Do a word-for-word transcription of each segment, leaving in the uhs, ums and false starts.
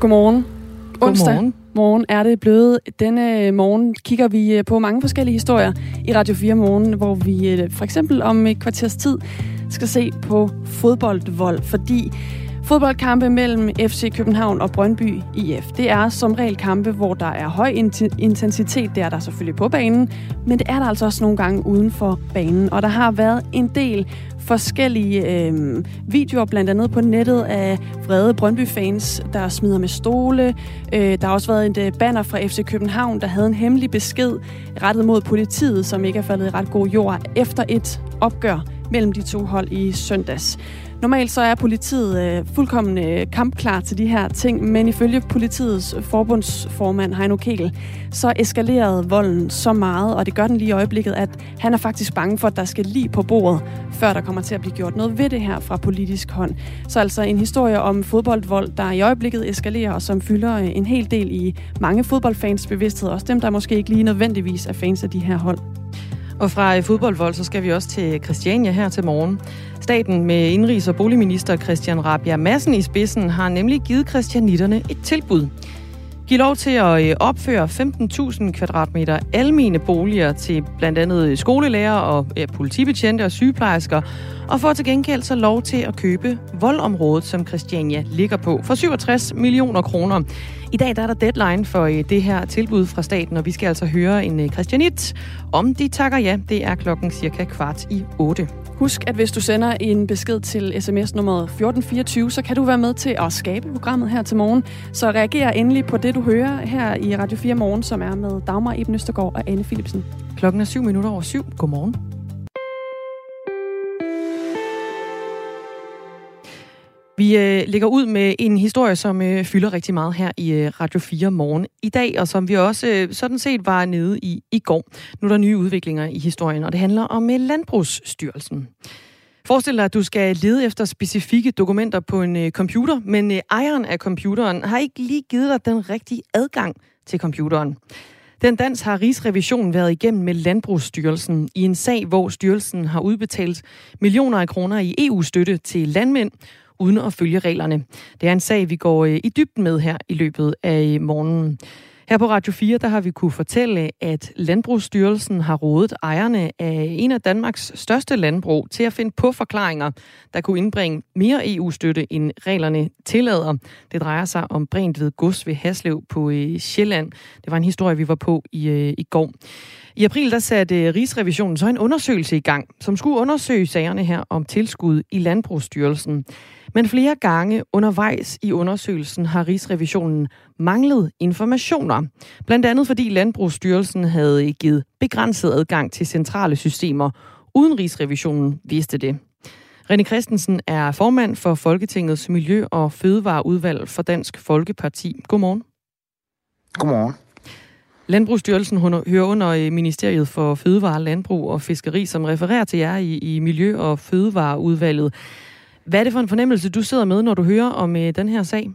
Godmorgen. Onsdag Godmorgen. morgen er det blevet. Denne morgen kigger vi på mange forskellige historier i Radio fire Morgen, hvor vi for eksempel om et kvarters tid skal se på fodboldvold, fordi fodboldkampe mellem F C København og Brøndby I F, det er som regel kampe, hvor der er høj intensitet. Det er der selvfølgelig på banen, men det er der altså også nogle gange uden for banen. Og der har været en del forskellige øh, videoer, blandt andet på nettet af vrede Brøndby-fans, der smider med stole. Øh, der har også været et banner fra F C København, der havde en hemmelig besked rettet mod politiet, som ikke er faldet i ret god jord efter et opgør mellem de to hold i søndags. Normalt så er politiet øh, fuldkommen øh, kampklar til de her ting, men ifølge politiets forbundsformand Heino Kegel, så eskalerede volden så meget, og det gør den lige i øjeblikket, at han er faktisk bange for, at der skal lige på bordet, før der kommer til at blive gjort noget ved det her fra politisk hånd. Så altså en historie om fodboldvold, der i øjeblikket eskalerer, og som fylder øh, en hel del i mange fodboldfans bevidsthed, også dem, der måske ikke lige nødvendigvis er fans af de her hold. Og fra fodboldvold, så skal vi også til Christiania her til morgen. Staten med indrigs- og boligminister Christian Rabjerg Madsen i spidsen har nemlig givet christianitterne et tilbud. Giv lov til at opføre femten tusind kvadratmeter almene boliger til blandt andet skolelærer og ja, politibetjente og sygeplejersker, og får til gengæld så lov til at købe voldområdet, som Christiania ligger på, for syvogtres millioner kroner. I dag der er der deadline for det her tilbud fra staten, og vi skal altså høre en christianit, om de takker ja. Det er klokken cirka kvart i otte. Husk, at hvis du sender en besked til sms nummer fjorten fireogtyve, så kan du være med til at skabe programmet her til morgen. Så reager endelig på det, du hører her i Radio fire Morgen, som er med Dagmar Eben Østergaard og Anne Philipsen. Klokken er syv minutter over syv. Godmorgen. Vi øh, lægger ud med en historie, som øh, fylder rigtig meget her i øh, Radio fire Morgen i dag, og som vi også øh, sådan set var nede i i går. Nu er der nye udviklinger i historien, og det handler om øh, Landbrugsstyrelsen. Forestil dig, at du skal lede efter specifikke dokumenter på en øh, computer, men øh, ejeren af computeren har ikke lige givet dig den rigtige adgang til computeren. Den dans har Rigsrevisionen været igennem med Landbrugsstyrelsen i en sag, hvor styrelsen har udbetalt millioner af kroner i E U-støtte til landmænd, uden at følge reglerne. Det er en sag, vi går i dybden med her i løbet af morgenen. Her på Radio fire, der har vi kunne fortælle, at Landbrugsstyrelsen har rådet ejerne af en af Danmarks største landbrug til at finde på forklaringer, der kunne indbringe mere E U-støtte, end reglerne tillader. Det drejer sig om Brentved Gods ved Haslev på Sjælland. Det var en historie, vi var på i, i går. I april der satte Rigsrevisionen så en undersøgelse i gang, som skulle undersøge sagerne her om tilskud i Landbrugsstyrelsen. Men flere gange undervejs i undersøgelsen har Rigsrevisionen manglet informationer. Blandt andet fordi Landbrugsstyrelsen havde givet begrænset adgang til centrale systemer, uden Rigsrevisionen vidste det. René Christensen er formand for Folketingets Miljø- og Fødevareudvalg for Dansk Folkeparti. Godmorgen. Godmorgen. Landbrugsstyrelsen hører under Ministeriet for Fødevare, Landbrug og Fiskeri, som refererer til jer i, i Miljø- og Fødevareudvalget. Hvad er det for en fornemmelse, du sidder med, når du hører om øh, den her sag?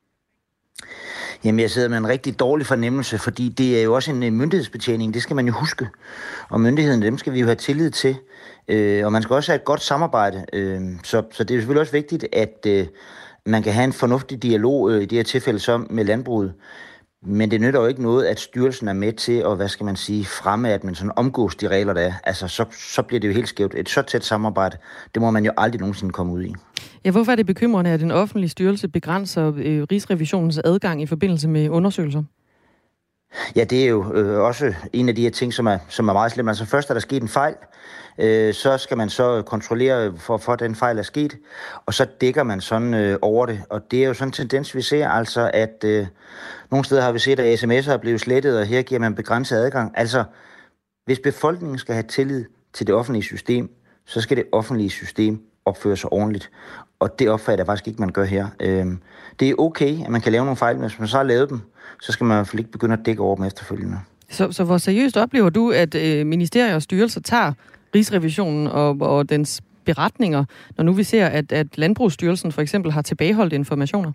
Jamen, jeg sidder med en rigtig dårlig fornemmelse, fordi det er jo også en myndighedsbetjening. Det skal man jo huske. Og myndigheden, dem skal vi jo have tillid til. Øh, og man skal også have et godt samarbejde. Øh, så, så det er selvfølgelig også vigtigt, at øh, man kan have en fornuftig dialog øh, i det her tilfælde som med landbruget. Men det nytter jo ikke noget, at styrelsen er med til at, hvad skal man sige, fremme, at man sådan omgås de regler, der er. Altså, så, så bliver det jo helt skævt. Et så tæt samarbejde, det må man jo aldrig nogensinde komme ud i. Ja, hvorfor er det bekymrende, at den offentlige styrelse begrænser øh, Rigsrevisionens adgang i forbindelse med undersøgelser? Ja, det er jo øh, også en af de her ting, som er, som er meget slemt. Altså først er der sket en fejl, øh, så skal man så kontrollere, for, for den fejl er sket, og så dækker man sådan øh, over det. Og det er jo sådan en tendens, vi ser, altså at øh, nogle steder har vi set, at sms'er er blevet slettet, og her giver man begrænset adgang. Altså, hvis befolkningen skal have tillid til det offentlige system, så skal det offentlige system opføre sig ordentligt. Og det opfatter jeg faktisk ikke, man gør her. Øh, det er okay, at man kan lave nogle fejl, men hvis man så har lavet dem, så skal man i hvert fald ikke begynde at dække over dem efterfølgende. Så, så hvor seriøst oplever du, at øh, ministerier og styrelser tager Rigsrevisionen og, og dens beretninger, når nu vi ser, at, at Landbrugsstyrelsen for eksempel har tilbageholdt informationer?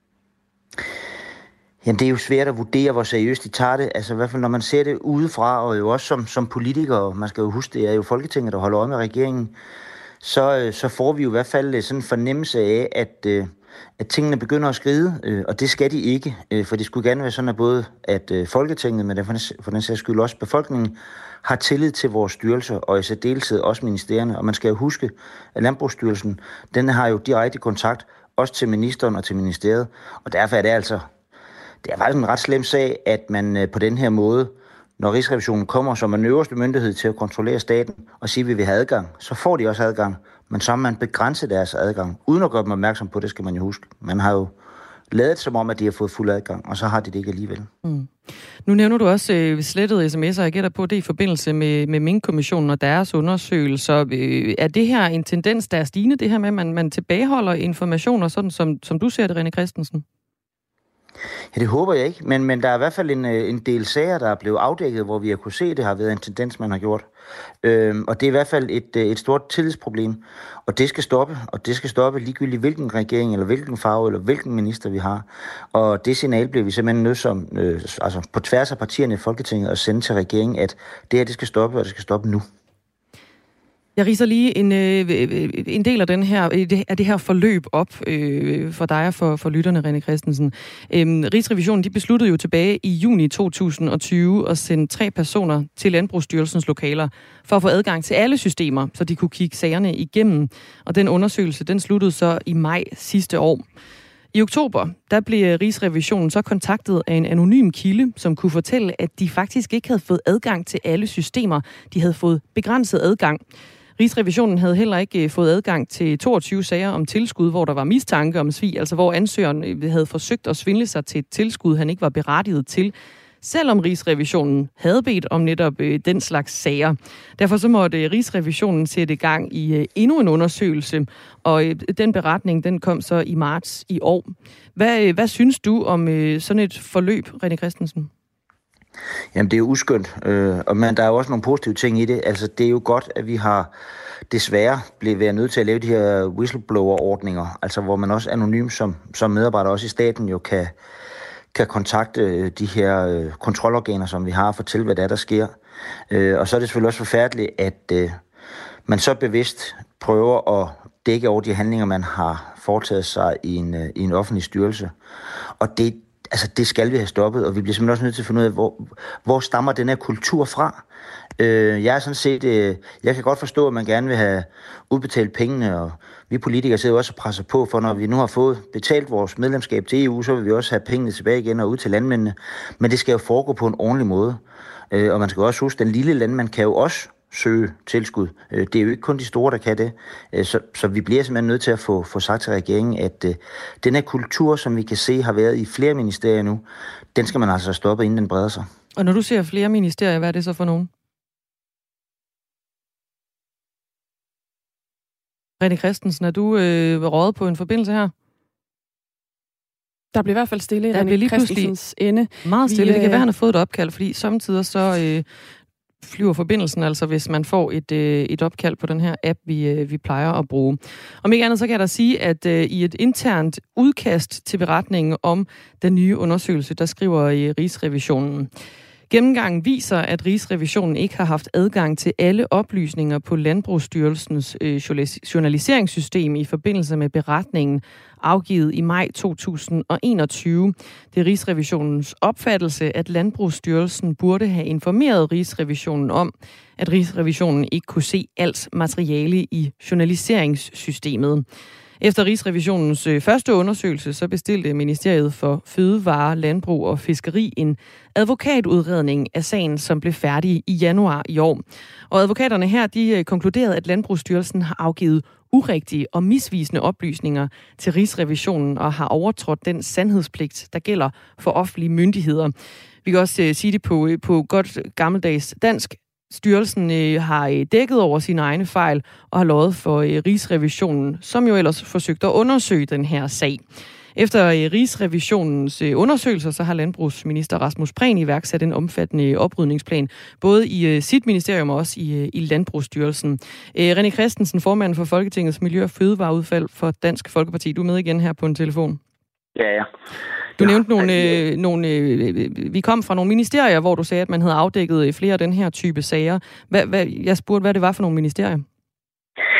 Jamen, det er jo svært at vurdere, hvor seriøst de tager det. Altså i hvert fald, når man ser det udefra, og jo også som, som politikere, man skal jo huske, det er jo Folketinget, der holder øje med regeringen, så, så får vi jo i hvert fald sådan en fornemmelse af, at, at tingene begynder at skride, øh, og det skal de ikke, øh, for det skulle gerne være sådan, at både at øh, Folketinget, men for den, for den sags skyld også befolkningen, har tillid til vores styrelser, og i særdeleshed også ministerierne. Og man skal jo huske, at Landbrugsstyrelsen, den har jo direkte kontakt også til ministeren og til ministeriet, og derfor er det altså, det er faktisk en ret slem sag, at man øh, på den her måde, når Rigsrevisionen kommer som en øverste myndighed til at kontrollere staten og sige, at vi vil have adgang, så får de også adgang. Men så har man begrænset deres adgang, uden at gøre dem opmærksom på det, skal man jo huske. Man har jo ladet som om, at de har fået fuld adgang, og så har de det ikke alligevel. Mm. Nu nævner du også øh, slettede sms'er, jeg gætter på det i forbindelse med, med Mink-kommissionen og deres undersøgelser. Øh, er det her en tendens, der er stigende, det her med, at man, man tilbageholder informationer, sådan som, som du ser det, René Christensen? Ja, det håber jeg ikke, men, men der er i hvert fald en, en del sager, der er blevet afdækket, hvor vi har kunne se, at det har været en tendens, man har gjort. Øhm, og det er i hvert fald et, et stort tillidsproblem, og det skal stoppe, og det skal stoppe ligegyldigt hvilken regering, eller hvilken farve, eller hvilken minister vi har. Og det signal bliver vi simpelthen nødt som, øh, altså på tværs af partierne i Folketinget, at sende til regeringen, at det her, det skal stoppe, og det skal stoppe nu. Jeg ridser lige en, øh, en del af, den her, af det her forløb op øh, for dig og for, for lytterne, René Christensen. Øhm, Rigsrevisionen de besluttede jo tilbage i juni to tusind og tyve at sende tre personer til Landbrugsstyrelsens lokaler for at få adgang til alle systemer, så de kunne kigge sagerne igennem. Og den undersøgelse, den sluttede så i maj sidste år. I oktober, der blev Rigsrevisionen så kontaktet af en anonym kilde, som kunne fortælle, at de faktisk ikke havde fået adgang til alle systemer. De havde fået begrænset adgang. Rigsrevisionen havde heller ikke fået adgang til toogtyve sager om tilskud, hvor der var mistanke om svig, altså hvor ansøgeren havde forsøgt at svindle sig til et tilskud, han ikke var berettiget til, selvom Rigsrevisionen havde bedt om netop den slags sager. Derfor så måtte Rigsrevisionen sætte i gang i endnu en undersøgelse, og den beretning, den kom så i marts i år. Hvad, hvad synes du om sådan et forløb, René Christensen? Jamen, det er jo uskyndt, øh, og men der er jo også nogle positive ting i det. Altså, det er jo godt, at vi har desværre blevet været nødt til at lave de her whistleblower-ordninger, altså hvor man også anonym som, som medarbejder, også i staten, jo kan, kan kontakte de her øh, kontrolorganer, som vi har, og fortælle, hvad der er, der sker. Øh, og så er det selvfølgelig også forfærdeligt, at øh, man så bevidst prøver at dække over de handlinger, man har foretaget sig i en, øh, i en offentlig styrelse. Og det Altså, det skal vi have stoppet, og vi bliver simpelthen også nødt til at finde ud af, hvor, hvor stammer den her kultur fra. Øh, jeg er sådan set, øh, jeg kan godt forstå, at man gerne vil have udbetalt pengene, og vi politikere sidder også og presser på, for når vi nu har fået betalt vores medlemskab til E U, så vil vi også have pengene tilbage igen og ud til landmændene. Men det skal jo foregå på en ordentlig måde. Øh, og man skal også huske, at den lille landmand kan jo også søge tilskud. Det er jo ikke kun de store, der kan det. Så, så vi bliver simpelthen nødt til at få, få sagt til regeringen, at uh, den her kultur, som vi kan se har været i flere ministerier nu, den skal man altså stoppe, inden den breder sig. Og når du ser flere ministerier, hvad er det så for nogen? René Christensen, er du øh, rådet på en forbindelse her? Der bliver i hvert fald stille i René Christensens ende. Meget stille. Vi, øh... Det kan være, at han har fået et opkald, fordi samtidig så... Øh, flyver forbindelsen, altså hvis man får et, øh, et opkald på den her app, vi, øh, vi plejer at bruge. Om ikke andet, så kan jeg da sige, at øh, i et internt udkast til beretningen om den nye undersøgelse, der skriver øh, Rigsrevisionen. Gennemgangen viser, at Rigsrevisionen ikke har haft adgang til alle oplysninger på Landbrugsstyrelsens øh, journaliseringssystem i forbindelse med beretningen afgivet i maj to tusind og enogtyve. Det er Rigsrevisionens opfattelse, at Landbrugsstyrelsen burde have informeret Rigsrevisionen om, at Rigsrevisionen ikke kunne se alt materiale i journaliseringssystemet. Efter Rigsrevisionens øh, første undersøgelse, så bestilte Ministeriet for Fødevare, Landbrug og Fiskeri en advokatudredning af sagen, som blev færdig i januar i år. Og advokaterne her, de øh, konkluderede, at Landbrugsstyrelsen har afgivet urigtige og misvisende oplysninger til Rigsrevisionen og har overtrådt den sandhedspligt, der gælder for offentlige myndigheder. Vi kan også øh, sige det på, øh, på godt gammeldags dansk. Styrelsen øh, har øh, dækket over sine egne fejl og har lovet for øh, Rigsrevisionen, som jo ellers forsøgte at undersøge den her sag. Efter øh, Rigsrevisionens øh, undersøgelser, så har landbrugsminister Rasmus Prehn iværksat en omfattende oprydningsplan, både i øh, sit ministerium og også i, øh, i Landbrugsstyrelsen. Øh, René Christensen, formand for Folketingets Miljø- og Fødevareudvalg for Dansk Folkeparti. Du er med igen her på en telefon. Ja, ja. Du nævnte nogle, øh, nogle øh, vi kom fra nogle ministerier, hvor du sagde, at man havde afdækket flere af den her type sager. Hvad, hvad, jeg spurgte, hvad det var for nogle ministerier?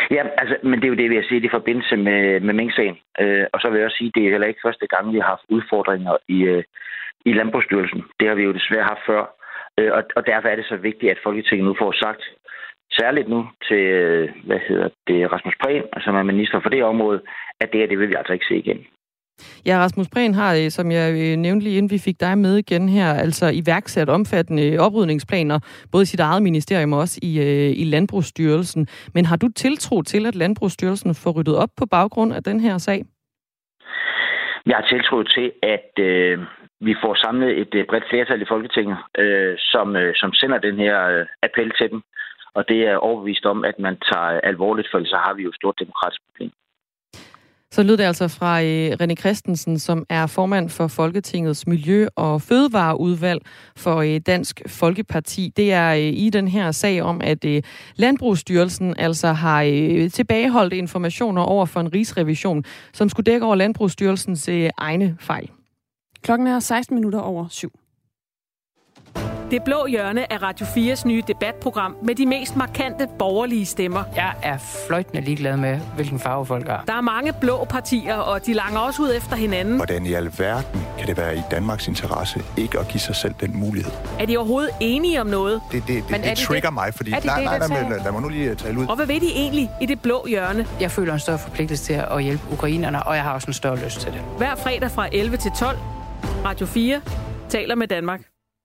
Ja, altså, men det er jo det, vi har set i forbindelse med, med Mink-sagen. Øh, og så vil jeg også sige, at det er heller ikke første gang, vi har haft udfordringer i, øh, i Landbrugsstyrelsen. Det har vi jo desværre haft før. Øh, og, og derfor er det så vigtigt, at Folketinget nu får sagt, særligt nu til, hvad hedder det, Rasmus Prehn, som er minister for det område, at det her, det vil vi altså ikke se igen. Ja, Rasmus Prehn har, som jeg nævnte lige inden vi fik dig med igen her, altså iværksat omfattende oprydningsplaner, både i sit eget ministerium og også i, i Landbrugsstyrelsen. Men har du tiltro til, at Landbrugsstyrelsen får ryddet op på baggrund af den her sag? Jeg har tiltro til, at øh, vi får samlet et bredt flertal i Folketinget, øh, som, øh, som sender den her øh, appel til dem. Og det er overbevist om, at man tager alvorligt, for så har vi jo et stort demokratisk problem. Så lød det altså fra øh, René Christensen, som er formand for Folketingets Miljø- og Fødevareudvalg for øh, Dansk Folkeparti. Det er øh, i den her sag om, at øh, Landbrugsstyrelsen altså har øh, tilbageholdt informationer over for en rigsrevision, som skulle dække over Landbrugsstyrelsens øh, egne fejl. Klokken er seksten minutter over syv. Det blå hjørne er Radio fires nye debatprogram med de mest markante borgerlige stemmer. Jeg er fløjtende ligeglad med, hvilken farve folk har. Der er mange blå partier, og de langer også ud efter hinanden. Hvordan i alverden kan det være i Danmarks interesse ikke at give sig selv den mulighed? Er de overhovedet enige om noget? Det, det, det, det trigger det? mig, fordi det nej, det, nej, nej, nej, lad mig nu lige tale ud. Og hvad ved de egentlig i det blå hjørne? Jeg føler en større forpligtelse til at hjælpe ukrainerne, og jeg har også en større lyst til det. Hver fredag fra elleve til tolv. Radio fire taler med Danmark.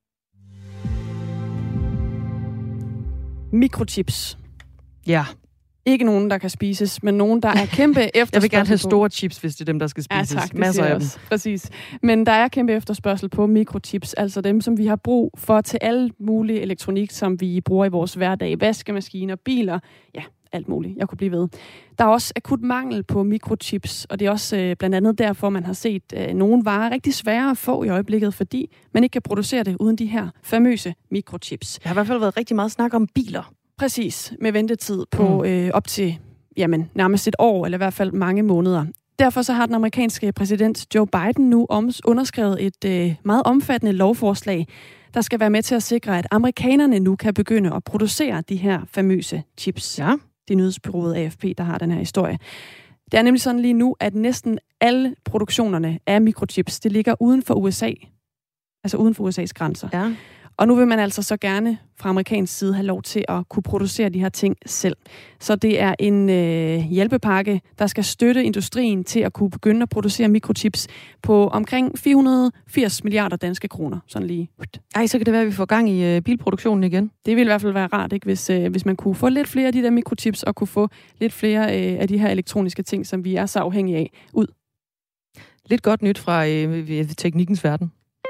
Mikrochips. Ja. Ikke nogen, der kan spises, men nogen, der er kæmpe efterspørgsel. Jeg vil gerne have store chips, hvis det er dem, der skal spises. Ja, tak, masser af dem. Også. Præcis. Men der er kæmpe efterspørgsel på mikrochips, altså dem, som vi har brug for til alle mulige elektronik, som vi bruger i vores hverdag. Vaskemaskiner, biler, ja, alt muligt. Jeg kunne blive ved. Der er også akut mangel på mikrochips, og det er også øh, blandt andet derfor, man har set øh, nogle varer rigtig svære at få i øjeblikket, fordi man ikke kan producere det uden de her famøse mikrochips. Der har i hvert fald været rigtig meget snak om biler. Præcis, med ventetid på øh, op til jamen, nærmest et år, eller i hvert fald mange måneder. Derfor så har den amerikanske præsident Joe Biden nu underskrevet et øh, meget omfattende lovforslag, der skal være med til at sikre, at amerikanerne nu kan begynde at producere de her famøse chips. Ja. Det er nyhedsbureauet A F P, der har den her historie. Det er nemlig sådan lige nu, at næsten alle produktionerne af mikrochips, det ligger uden for U S A. Altså uden for U S A's grænser. Ja. Og nu vil man altså så gerne fra amerikansk side have lov til at kunne producere de her ting selv. Så det er en øh, hjælpepakke, der skal støtte industrien til at kunne begynde at producere mikrochips på omkring fire hundrede og firs milliarder danske kroner. Sådan lige. Ej, så kan det være, at vi får gang i øh, bilproduktionen igen. Det ville i hvert fald være rart, ikke? Hvis, øh, hvis man kunne få lidt flere af de der mikrochips og kunne få lidt flere øh, af de her elektroniske ting, som vi er så afhængige af, ud. Lidt godt nyt fra øh, teknikkens verden.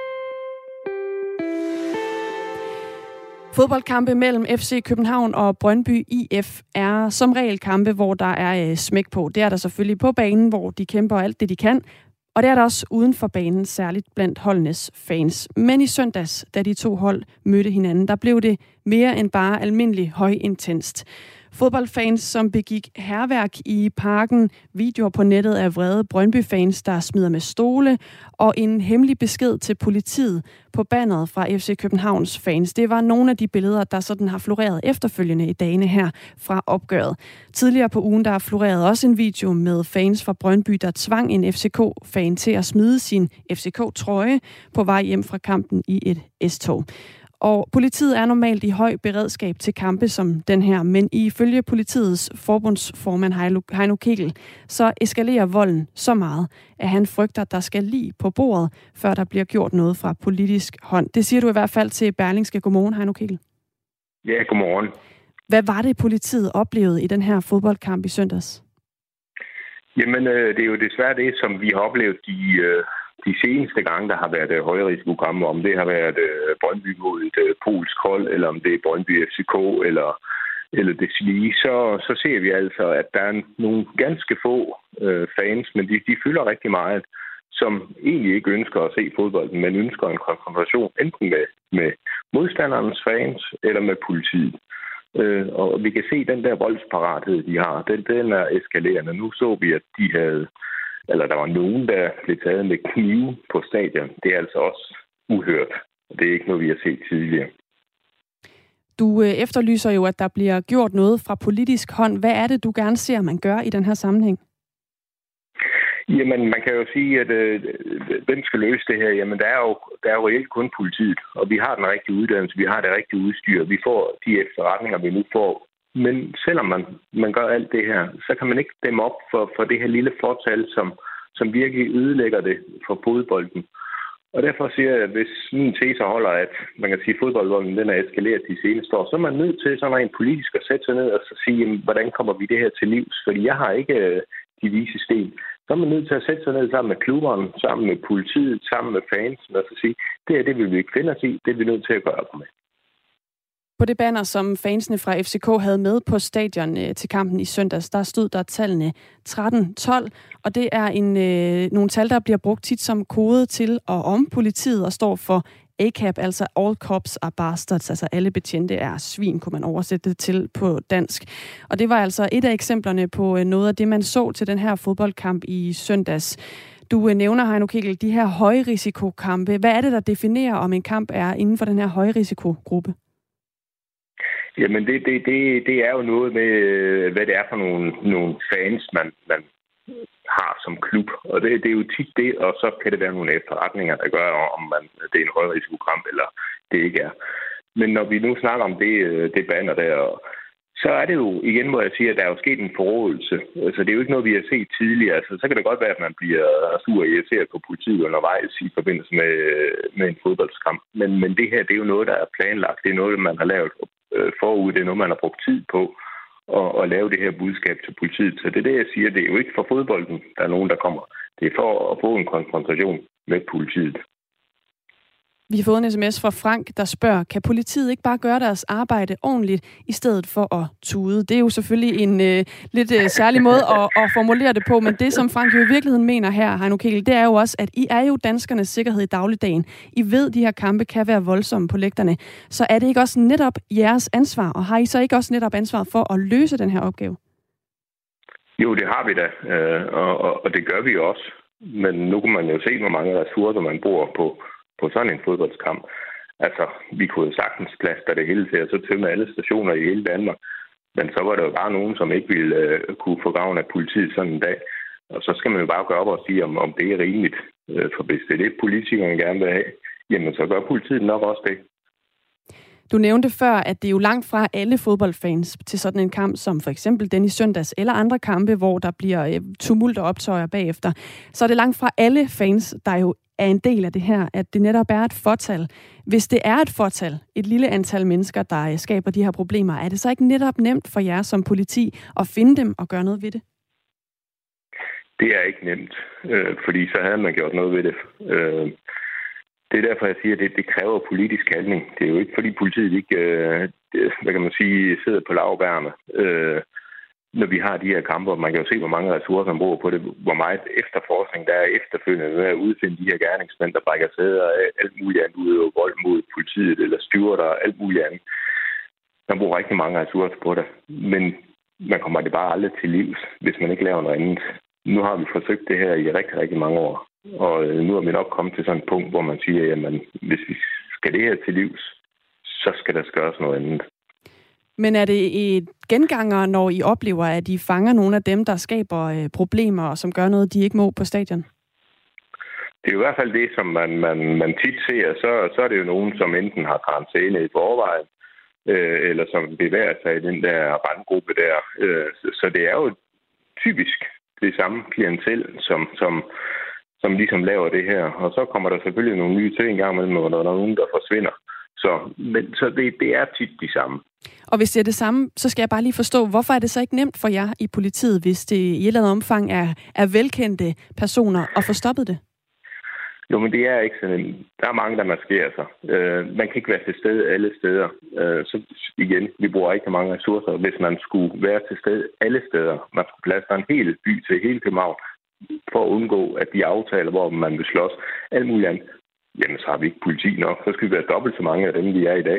Fodboldkampe mellem F C København og Brøndby I F er som regel kampe, hvor der er øh, smæk på. Det er der selvfølgelig på banen, hvor de kæmper alt det, de kan. Og det er der også uden for banen, særligt blandt holdenes fans. Men i søndags, da de to hold mødte hinanden, der blev det mere end bare almindelig højintenst. Fodboldfans, som begik hærværk i parken, videoer på nettet af vrede Brøndby-fans, der smider med stole, og en hemmelig besked til politiet på banneret fra F C Københavns fans. Det var nogle af de billeder, der sådan har floreret efterfølgende i dagene her fra opgøret. Tidligere på ugen, der florerede også en video med fans fra Brøndby, der tvang en F C K-fan til at smide sin F C K-trøje på vej hjem fra kampen i et S-tog. Og politiet er normalt i høj beredskab til kampe som den her, men ifølge politiets forbundsformand Heino Kegel, så eskalerer volden så meget, at han frygter, der skal lige på bordet, før der bliver gjort noget fra politisk hånd. Det siger du i hvert fald til Berlingske. Godmorgen, Heino Kegel. Ja, godmorgen. Hvad var det, politiet oplevede i den her fodboldkamp i søndags? Jamen, det er jo desværre det, som vi har oplevet de... De seneste gange, der har været højrisikokampe, om det har været Brøndby mod et polsk hold, eller om det er Brøndby F C K, eller, eller det lige, så, så ser vi altså, at der er nogle ganske få øh, fans, men de, de fylder rigtig meget, som egentlig ikke ønsker at se fodbolden, men ønsker en konfrontation enten med, med modstanderens fans, eller med politiet. Øh, og vi kan se den der voldsparathed, de har, den, den er eskalerende. Nu så vi, at de havde eller der var nogen, der blev taget med knive på stadion. Det er altså også uhørt. Det er ikke noget, vi har set tidligere. Du øh, efterlyser jo, at der bliver gjort noget fra politisk hånd. Hvad er det, du gerne ser, man gør i den her sammenhæng? Jamen, man kan jo sige, at øh, hvem skal løse det her? Jamen, der er, jo, der er jo reelt kun politiet, og vi har den rigtige uddannelse, vi har det rigtige udstyr, vi får de efterretninger, vi nu får. Men selvom man, man gør alt det her, så kan man ikke dæmme op for, for det her lille fortal, som, som virkelig ødelægger det for fodbolden. Og derfor siger jeg, at hvis min tese holder, at man kan sige, at fodboldvolden den er eskaleret de seneste år, så er man nødt til sådan rent politisk at sætte sig ned og så sige, jamen, hvordan kommer vi det her til livs? Fordi jeg har ikke øh, de vise sten. Så er man nødt til at sætte sig ned sammen med klubberne, sammen med politiet, sammen med fansen og så sige, det er det, vil vi ikke finde os i, det er vi nødt til at gøre op med. På det banner, som fansene fra F C K havde med på stadion øh, til kampen i søndags, der stod der tallene tretten tolv, og det er en, øh, nogle tal, der bliver brugt tit som kode til og om politiet, og står for A C A B, altså All Cops are Bastards, altså alle betjente er svin, kunne man oversætte det til på dansk. Og det var altså et af eksemplerne på øh, noget af det, man så til den her fodboldkamp i søndags. Du øh, nævner, Heino Kegel, de her højrisikokampe. Hvad er det, der definerer, om en kamp er inden for den her højrisikogruppe? Jamen, det, det, det, det er jo noget med, hvad det er for nogle, nogle fans, man, man har som klub. Og det, det er jo tit det, og så kan det være nogle efterretninger, der gør, om man, det er en højrisikokamp, eller det ikke er. Men når vi nu snakker om det, det banner der, så er det jo igen, hvor jeg siger, at der er jo sket en forrådelse. Så det er jo ikke noget, vi har set tidligere. Altså, så kan det godt være, at man bliver sur og irriteret på politiet undervejs i forbindelse med, med en fodboldskamp. Men, men det her, det er jo noget, der er planlagt. Det er noget, man har lavet forud. Det er noget, man har brugt tid på at, at lave det her budskab til politiet. Så det er det, jeg siger. Det er jo ikke for fodbolden, der er nogen, der kommer. Det er for at få en konfrontation med politiet. Vi har fået en sms fra Frank, der spørger, kan politiet ikke bare gøre deres arbejde ordentligt, i stedet for at tude? Det er jo selvfølgelig en øh, lidt øh, særlig måde at, at formulere det på, men det, som Frank jo i virkeligheden mener her, Heino Kegel, det er jo også, at I er jo danskernes sikkerhed i dagligdagen. I ved, at de her kampe kan være voldsomme på lægterne. Så er det ikke også netop jeres ansvar, og har I så ikke også netop ansvaret for at løse den her opgave? Jo, det har vi da, og, og, og det gør vi jo også. Men nu kan man jo se, hvor mange ressourcer man bruger på på sådan en fodboldskamp. Altså, vi kunne jo sagtens plaster det hele til, og så tømme alle stationer i hele Danmark. Men så var der jo bare nogen, som ikke ville uh, kunne få gavn af politiet sådan en dag. Og så skal man jo bare gå op og sige, om, om det er rimeligt. Uh, for hvis det er det, politikerne gerne vil have, jamen så gør politiet nok også det. Du nævnte før, at det er jo langt fra alle fodboldfans til sådan en kamp, som for eksempel den i søndags, eller andre kampe, hvor der bliver tumult og optøjer bagefter. Så er det langt fra alle fans, der jo er en del af det her, at det netop er et fortal. Hvis det er et fortal, et lille antal mennesker, der skaber de her problemer, er det så ikke netop nemt for jer som politi at finde dem og gøre noget ved det? Det er ikke nemt, øh, fordi så havde man gjort noget ved det. Øh, det er derfor, jeg siger, at det, det kræver politisk handling. Det er jo ikke, fordi politiet ikke, øh, hvad kan man sige, sidder på laurbærrene. Øh, når vi har de her kamper, man kan jo se, hvor mange ressourcer man bruger på det, hvor meget efterforskning der er efterfølgende med at udfinde de her gerningsmænd, der brækker sæder og alt muligt andet, udøver vold mod politiet eller styrter og alt muligt andet. Man bruger rigtig mange ressourcer på det, men man kommer det bare aldrig til livs, hvis man ikke laver noget andet. Nu har vi forsøgt det her i rigtig, rigtig mange år, og nu er vi nok kommet til sådan et punkt, hvor man siger, at hvis vi skal det her til livs, så skal der gøres noget andet. Men er det et genganger, når I oplever, at I fanger nogle af dem, der skaber øh, problemer, og som gør noget, de ikke må på stadion? Det er jo i hvert fald det, som man, man, man tit ser. Så, så er det jo nogen, som enten har karantæne i forvejen, øh, eller som bevæger sig i den der randgruppe der. Øh, så, så det er jo typisk det samme klientel, som, som, som ligesom laver det her. Og så kommer der selvfølgelig nogle nye ting i gang med, når der er nogen, der forsvinder. Så, men, så det, det er tit de samme. Og hvis det er det samme, så skal jeg bare lige forstå, hvorfor er det så ikke nemt for jer i politiet, hvis det i et eller andet omfang er, er velkendte personer, at få stoppet det? Jo, men det er ikke sådan. Der er mange, der maskerer sig. Øh, man kan ikke være til stede alle steder. Øh, så igen, vi bruger ikke mange ressourcer, hvis man skulle være til stede alle steder. Man skulle pladsere en hel by til hele København, for at undgå, at de aftaler, hvor man vil slås, alt muligt andet. Jamen, så har vi ikke politi nok. Så skal vi være dobbelt så mange af dem, vi er i dag.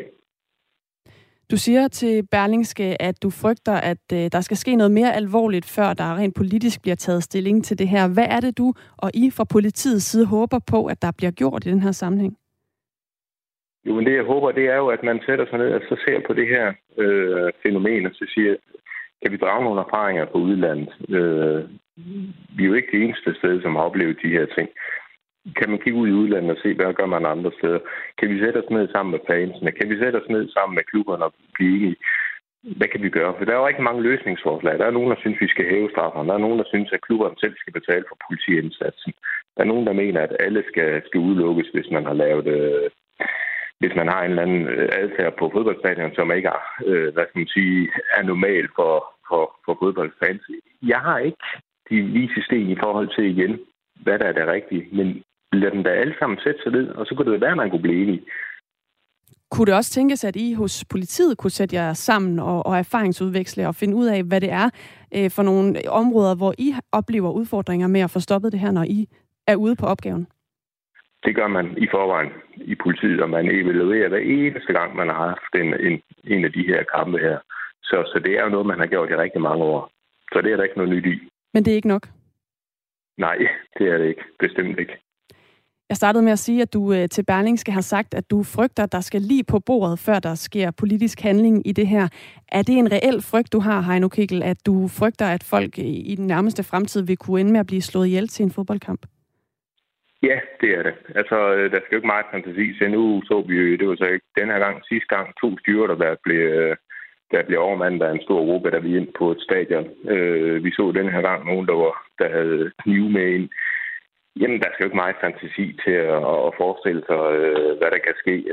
Du siger til Berlingske, at du frygter, at øh, der skal ske noget mere alvorligt, før der rent politisk bliver taget stilling til det her. Hvad er det, du og I fra politiets side håber på, at der bliver gjort i den her sammenhæng? Jo, men det jeg håber, det er jo, at man sætter sig ned og så ser på det her øh, fænomen, og så siger, kan vi drage nogle erfaringer på udlandet? Øh, vi er jo ikke det eneste sted, som har oplevet de her ting. Kan man kigge ud i udlandet og se, hvad gør man andre steder? Kan vi sætte os ned sammen med fansene? Kan vi sætte os ned sammen med klubberne og blive enige? Hvad kan vi gøre? For der er jo rigtig mange løsningsforslag. Der er nogen, der synes, vi skal hæve strafferne. Der er nogen, der synes, at klubberne selv skal betale for politiindsatsen. Der er nogen, der mener, at alle skal, skal udelukkes, hvis man har lavet... Øh, hvis man har en eller anden adfærd på fodboldstadion, som ikke er, øh, hvad skal man sige, er normal for, for, for fodboldfans. Jeg har ikke de vise sten i forhold til igen, hvad der er det rigtige, men lad dem da alle sammen sætte sig ned, og så kunne det være, at man kunne blive enige. Kunne det også tænkes, at I hos politiet kunne sætte jer sammen og, og erfaringsudveksle og finde ud af, hvad det er øh, for nogle områder, hvor I oplever udfordringer med at få stoppet det her, når I er ude på opgaven? Det gør man i forvejen i politiet, og man evaluerer hver eneste gang, man har haft en, en, en af de her kampe her. Så, så det er jo noget, man har gjort i rigtig mange år. Så det er der ikke noget nyt i. Men det er ikke nok? Nej, det er det ikke. Bestemt ikke. Jeg startede med at sige, at du til Berlingske har sagt, at du frygter, at der skal lige på bordet, før der sker politisk handling i det her. Er det en reel frygt, du har, Heino Kegel, at du frygter, at folk i den nærmeste fremtid vil kunne ende med at blive slået ihjel til en fodboldkamp? Ja, det er det. Altså, der skal jo ikke meget fantasi. Så nu så vi jo, det var så ikke den her gang, sidste gang, to styrter, der blev, der blev overmandet af en stor gruppe, der vi ind på et stadion. Vi så den her gang nogen, der, var, der havde knive med ind. Jamen, der skal jo ikke meget fantasi til at forestille sig, hvad der kan ske.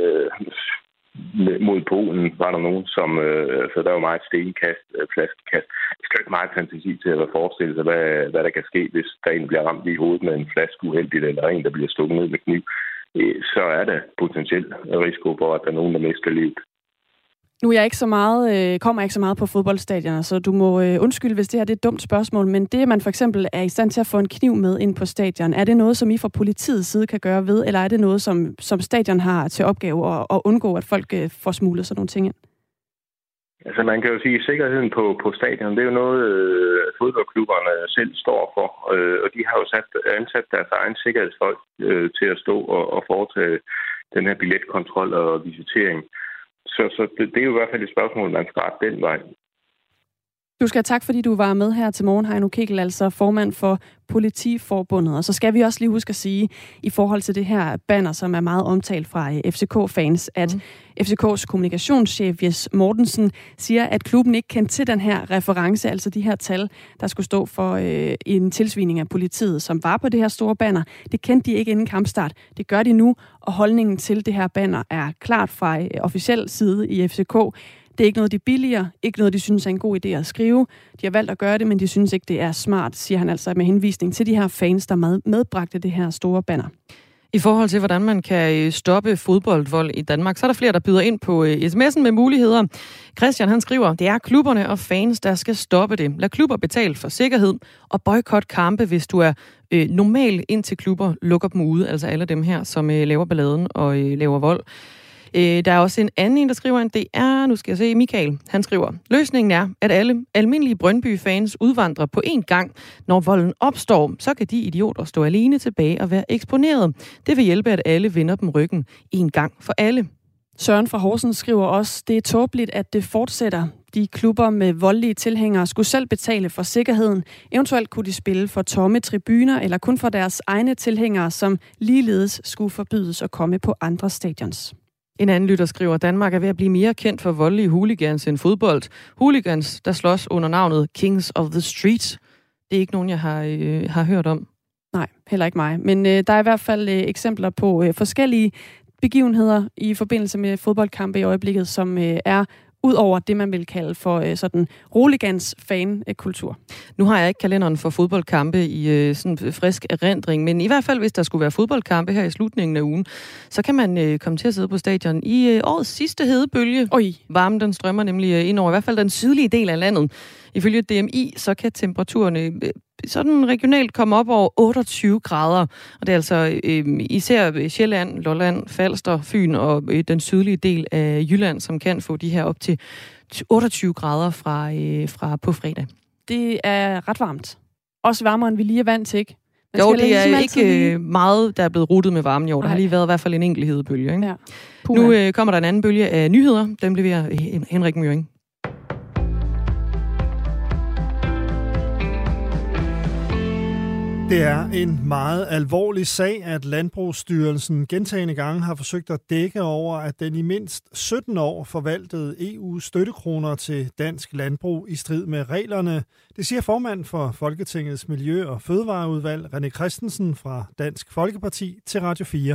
Mod Polen var der nogen, som... Så der var meget stenkast, flaskekast. Det skal jo ikke meget fantasi til at forestille sig, hvad, hvad der kan ske, hvis der en bliver ramt i hovedet med en flaske uheldigt, eller en, der bliver stukket ned med kniv. Så er der potentielt risiko for, at der er nogen, der mister livet. Nu er jeg ikke så meget, øh, kommer jeg ikke så meget på fodboldstadioner, så du må øh, undskylde, hvis det her det er et dumt spørgsmål, men det, at man for eksempel er i stand til at få en kniv med ind på stadion, er det noget, som I fra politiets side kan gøre ved, eller er det noget, som, som stadion har til opgave at, at undgå, at folk øh, får smuglet sådan nogle ting ind? Altså man kan jo sige, at sikkerheden på, på stadion, det er jo noget, øh, fodboldklubberne selv står for, øh, og de har jo sat, ansat deres egen sikkerhedsfolk øh, til at stå og, og foretage den her billetkontrol og visitering. Så, så det, det er jo i hvert fald et spørgsmål, man skal rette den vej. Du skal have tak, fordi du var med her til morgen, Heino Kegel, altså formand for Politiforbundet. Og så skal vi også lige huske at sige, i forhold til det her banner, som er meget omtalt fra F C K-fans, at mm. F C K's kommunikationschef Jes Mortensen siger, at klubben ikke kendte til den her reference, altså de her tal, der skulle stå for øh, en tilsvining af politiet, som var på det her store banner. Det kendte de ikke inden kampstart. Det gør de nu, og holdningen til det her banner er klart fra øh, officiel side i F C K. Det er ikke noget, de billiger, ikke noget, de synes er en god idé at skrive. De har valgt at gøre det, men de synes ikke, det er smart, siger han altså med henvisning til de her fans, der medbragte det her store banner. I forhold til, hvordan man kan stoppe fodboldvold i Danmark, så er der flere, der byder ind på sms'en med muligheder. Christian, han skriver, det er klubberne og fans, der skal stoppe det. Lad klubber betale for sikkerhed og boykot kampe, hvis du er øh, normal, indtil klubber lukker dem ude. Altså alle dem her, som øh, laver balladen og øh, laver vold. Der er også en anden en, der skriver, en, det er, nu skal jeg se, Michael, han skriver, løsningen er, at alle almindelige Brøndby-fans udvandrer på én gang. Når volden opstår, så kan de idioter stå alene tilbage og være eksponeret. Det vil hjælpe, at alle vender dem ryggen en gang for alle. Søren fra Horsens skriver også, det er tåbeligt, at det fortsætter. De klubber med voldelige tilhængere skulle selv betale for sikkerheden. Eventuelt kunne de spille for tomme tribuner eller kun for deres egne tilhængere, som ligeledes skulle forbydes at komme på andre stadions. En anden lytter skriver, at Danmark er ved at blive mere kendt for voldelige hooligans end fodbold. Hooligans, der slås under navnet Kings of the Street. Det er ikke nogen, jeg har, øh, har hørt om. Nej, heller ikke mig. Men øh, der er i hvert fald øh, eksempler på øh, forskellige begivenheder i forbindelse med fodboldkampe i øjeblikket, som øh, er ud over det, man vil kalde for øh, sådan hooligans-fan-kultur. Nu har jeg ikke kalenderen for fodboldkampe i øh, sådan frisk erindring, men i hvert fald, hvis der skulle være fodboldkampe her i slutningen af ugen, så kan man øh, komme til at sidde på stadion i øh, årets sidste hedebølge. Oj. Varmen, den strømmer nemlig øh, ind over i hvert fald den sydlige del af landet. Ifølge D M I, så kan temperaturerne øh, sådan regionalt komme op over otteogtyve grader. Og det er altså øh, især Sjælland, Lolland, Falster, Fyn og øh, den sydlige del af Jylland, som kan få de her op til otteogtyve grader fra, øh, fra på fredag. Det er ret varmt. Også varmere, end vi lige er vant til, ikke? Jo, det er ligesom ikke meget, der er blevet ruttet med varmen i år. Der har lige været i hvert fald en enkelt hedebølge. Ikke? Ja. Nu øh, kommer der en anden bølge af nyheder. Dem leverer Henrik Møring. Det er en meget alvorlig sag, at Landbrugsstyrelsen gentagne gange har forsøgt at dække over, at den i mindst sytten år forvaltede E U's støttekroner til dansk landbrug i strid med reglerne. Det siger formand for Folketingets Miljø- og Fødevareudvalg, René Christensen fra Dansk Folkeparti til Radio fire.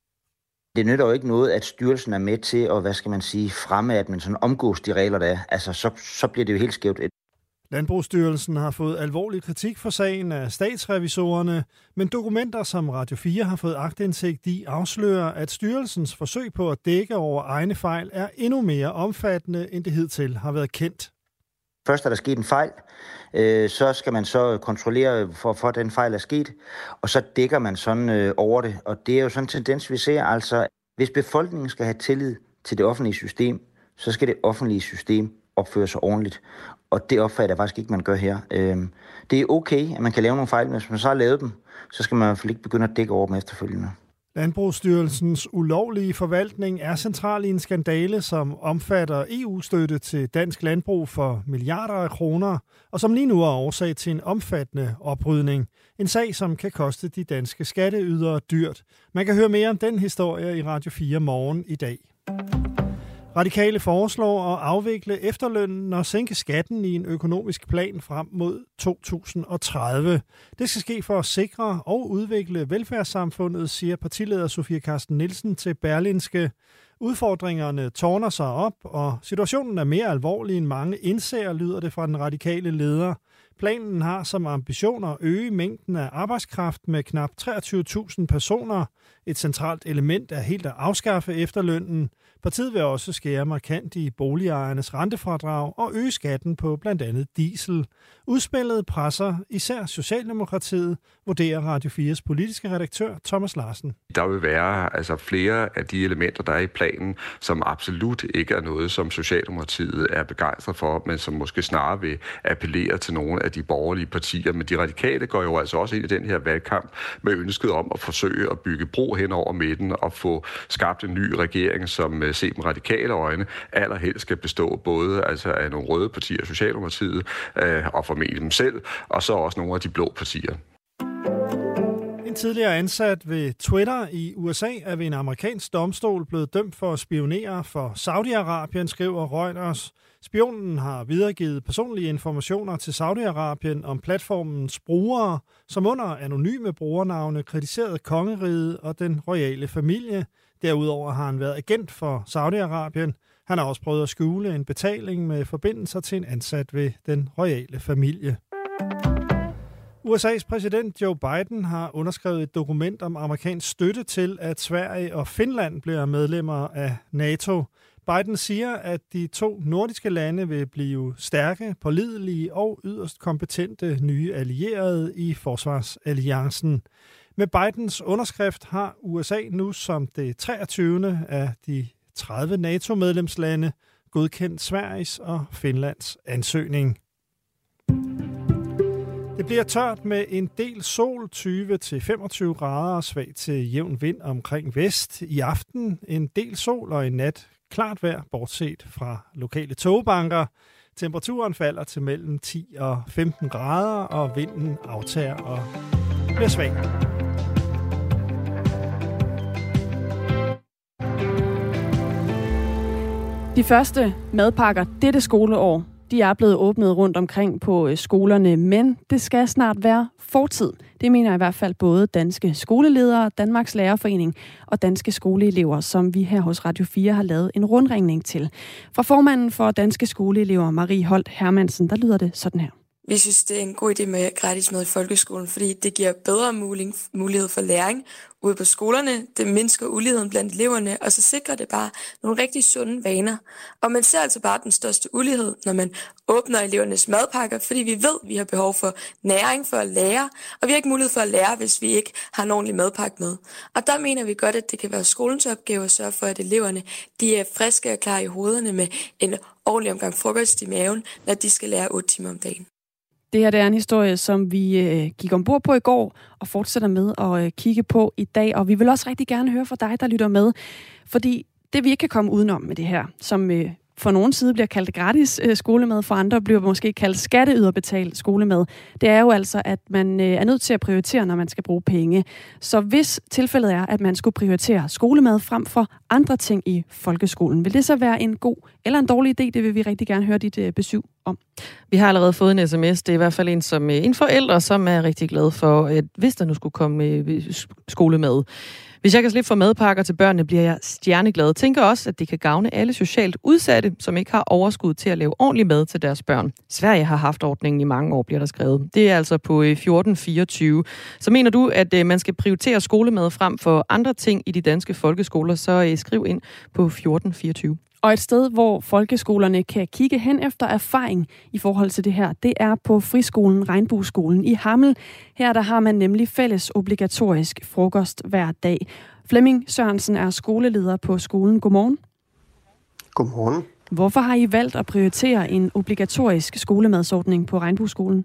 Det nytter jo ikke noget, at styrelsen er med til at, hvad skal man sige, fremme, at man sådan omgås de regler, der er. Altså, så, så bliver det jo helt skævt. Landbrugsstyrelsen har fået alvorlig kritik for sagen af statsrevisorerne, men dokumenter, som Radio fire har fået aktindsigt i, afslører, at styrelsens forsøg på at dække over egne fejl er endnu mere omfattende, end det hidtil har været kendt. Først er der sket en fejl, øh, så skal man så kontrollere, for, for den fejl er sket, og så dækker man sådan øh, over det. Og det er jo sådan en tendens, vi ser. Altså, hvis befolkningen skal have tillid til det offentlige system, så skal det offentlige system opføre sig ordentligt. Og det opfatter jeg faktisk ikke, man gør her. Øhm, det er okay, at man kan lave nogle fejl, men hvis man så har lavet dem, så skal man i hvert fald ikke begynde at dække over dem efterfølgende. Landbrugsstyrelsens ulovlige forvaltning er central i en skandale, som omfatter E U-støtte til dansk landbrug for milliarder af kroner, og som lige nu er årsag til en omfattende oprydning. En sag, som kan koste de danske skatteydere dyrt. Man kan høre mere om den historie i Radio fire morgen i dag. Radikale foreslår at afvikle efterlønnen og sænke skatten i en økonomisk plan frem mod to tusind og tredive. Det skal ske for at sikre og udvikle velfærdssamfundet, siger partileder Sofie Carsten Nielsen til Berlingske. Udfordringerne tårner sig op, og situationen er mere alvorlig end mange indser, lyder det fra den radikale leder. Planen har som ambition at øge mængden af arbejdskraft med knap treogtyve tusind personer. Et centralt element er helt at afskaffe efterlønnen. Partiet vil også skære markant i boligejernes rentefradrag og øge skatten på blandt andet diesel. Udspillet presser især Socialdemokratiet, vurderer Radio fires politiske redaktør Thomas Larsen. Der vil være altså flere af de elementer, der er i planen, som absolut ikke er noget, som Socialdemokratiet er begejstret for, men som måske snarere vil appellere til nogle af de borgerlige partier. Men de radikale går jo altså også ind i den her valgkamp med ønsket om at forsøge at bygge bro hen over midten og få skabt en ny regering, som set med radikale øjne allerhelst skal bestå både altså af nogle røde partier, Socialdemokratiet øh, og formentlig dem selv, og så også nogle af de blå partier. En tidligere ansat ved Twitter i U S A er ved en amerikansk domstol blevet dømt for at spionere for Saudi-Arabien, skriver Reuters. Spionen har videregivet personlige informationer til Saudi-Arabien om platformens brugere, som under anonyme brugernavne kritiserede kongeriget og den royale familie. Derudover har han været agent for Saudi-Arabien. Han har også prøvet at skjule en betaling med forbindelser til en ansat ved den royale familie. U S A's præsident Joe Biden har underskrevet et dokument om amerikansk støtte til, at Sverige og Finland bliver medlemmer af NATO. Biden siger, at de to nordiske lande vil blive stærke, pålidelige og yderst kompetente nye allierede i forsvarsalliancen. Med Bidens underskrift har U S A nu som det treogtyvende af de tredive NATO-medlemslande godkendt Sveriges og Finlands ansøgning. Det bliver tørt med en del sol, tyve til femogtyve grader og svag til jævn vind omkring vest. I aften en del sol og i nat klart vejr, bortset fra lokale togbanker. Temperaturen falder til mellem ti og femten grader, og vinden aftager og bliver svag. De første madpakker dette skoleår, de er blevet åbnet rundt omkring på skolerne, men det skal snart være fortid. Det mener i hvert fald både Danske Skoleledere, Danmarks Lærerforening og Danske Skoleelever, som vi her hos Radio fire har lavet en rundringning til. Fra formanden for Danske Skoleelever, Marie Holt Hermansen, der lyder det sådan her. Vi synes, det er en god idé med gratis mad i folkeskolen, fordi det giver bedre mulighed for læring ude på skolerne. Det mindsker uligheden blandt eleverne, og så sikrer det bare nogle rigtig sunde vaner. Og man ser altså bare den største ulighed, når man åbner elevernes madpakker, fordi vi ved, at vi har behov for næring for at lære, og vi har ikke mulighed for at lære, hvis vi ikke har en ordentlig madpakke med. Og der mener vi godt, at det kan være skolens opgave at sørge for, at eleverne de er friske og klar i hovederne med en ordentlig omgang frokost i maven, når de skal lære otte timer om dagen. Det her det er en historie, som vi øh, gik ombord på i går og fortsætter med at øh, kigge på i dag. Og vi vil også rigtig gerne høre fra dig, der lytter med. Fordi det vi ikke kan komme udenom med det her, som øh, for nogen side bliver kaldt gratis øh, skolemad, for andre bliver måske kaldt skatteyderbetalt skolemad. Det er jo altså, at man øh, er nødt til at prioritere, når man skal bruge penge. Så hvis tilfældet er, at man skulle prioritere skolemad frem for andre ting i folkeskolen, vil det så være en god eller en dårlig idé? Det vil vi rigtig gerne høre dit øh, besøg om. Vi har allerede fået en sms. Det er i hvert fald en, som, en forælder, som er rigtig glad for, at hvis der nu skulle komme øh, skolemad. Hvis jeg kan slippe for madpakker til børnene, bliver jeg stjerneglad. Tænker også, at det kan gavne alle socialt udsatte, som ikke har overskud til at lave ordentlig mad til deres børn. Sverige har haft ordningen i mange år, bliver der skrevet. Det er altså på fjorten fireogtyve. Så mener du, at man skal prioritere skolemad frem for andre ting i de danske folkeskoler, så skriv ind på fjorten fireogtyve. Og et sted, hvor folkeskolerne kan kigge hen efter erfaring i forhold til det her, det er på friskolen Regnbueskolen i Hammel. Her der har man nemlig fælles obligatorisk frokost hver dag. Flemming Sørensen er skoleleder på skolen. Godmorgen. Godmorgen. Hvorfor har I valgt at prioritere en obligatorisk skolemadsordning på Regnbueskolen?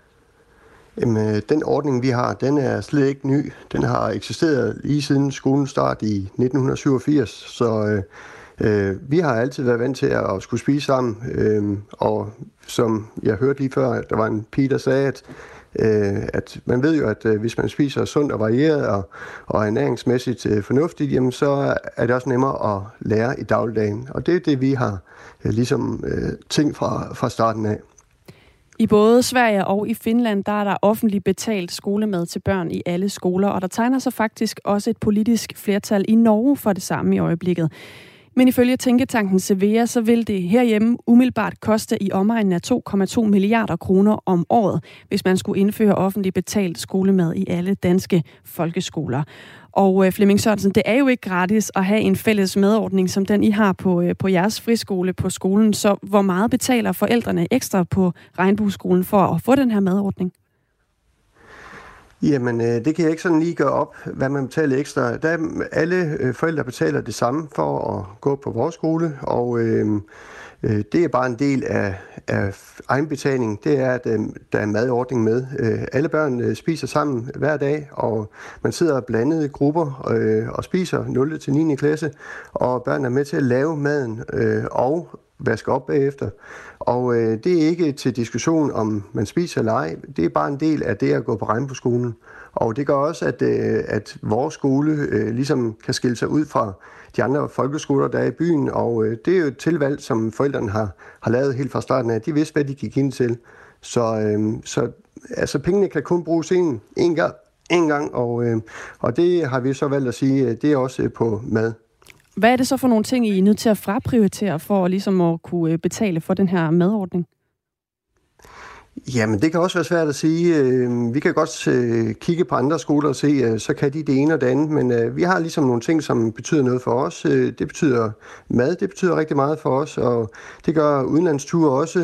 Jamen, den ordning, vi har, den er slet ikke ny. Den har eksisteret lige siden skolens start i nitten syvogfirs, så... Øh, Øh, vi har altid været vant til at skulle spise sammen, øh, og som jeg hørte lige før, at der var en pige, der sagde, at, øh, at man ved jo, at øh, hvis man spiser sundt og varieret og, og ernæringsmæssigt øh, fornuftigt, jamen, så er det også nemmere at lære i dagligdagen. Og det er det, vi har øh, ligesom øh, tænkt fra, fra starten af. I både Sverige og i Finland, der er der offentligt betalt skolemad til børn i alle skoler, og der tegner sig faktisk også et politisk flertal i Norge for det samme i øjeblikket. Men ifølge tænketanken Sevea, så vil det herhjemme umiddelbart koste i omegnen af to komma to milliarder kroner om året, hvis man skulle indføre offentligt betalt skolemad i alle danske folkeskoler. Og øh, Flemming Sørensen, det er jo ikke gratis at have en fælles madordning, som den I har på, øh, på jeres friskole på skolen. Så hvor meget betaler forældrene ekstra på Regnbueskolen for at få den her madordning? Jamen, det kan jeg ikke sådan lige gøre op, hvad man betaler ekstra. Der er, alle forældre betaler det samme for at gå på vores skole, og øh, det er bare en del af, af egenbetaling. Det er, at øh, der er en madordning med. Øh, alle børn øh, spiser sammen hver dag, og man sidder blandede grupper øh, og spiser nul til niende klasse, og børn er med til at lave maden øh, og vaske op bagefter. Og øh, det er ikke til diskussion, om man spiser eller ej. Det er bare en del af det at gå på Regnbueskolen. Og det gør også, at, øh, at vores skole øh, ligesom kan skille sig ud fra de andre folkeskoler, der er i byen. Og øh, det er jo et tilvalg, som forældrene har, har lavet helt fra starten af. De vidste, hvad de gik ind til. Så, øh, så altså, pengene kan kun bruges en, en gang, en gang og, øh, og det har vi så valgt at sige, det er også på mad. Hvad er det så for nogle ting, I er nødt til at fraprioritere for ligesom at kunne betale for den her madordning? Jamen, det kan også være svært at sige. Vi kan godt kigge på andre skoler og se, så kan de det ene og det andet, men vi har ligesom nogle ting, som betyder noget for os. Det betyder mad, det betyder rigtig meget for os, og det gør udenlandsture også.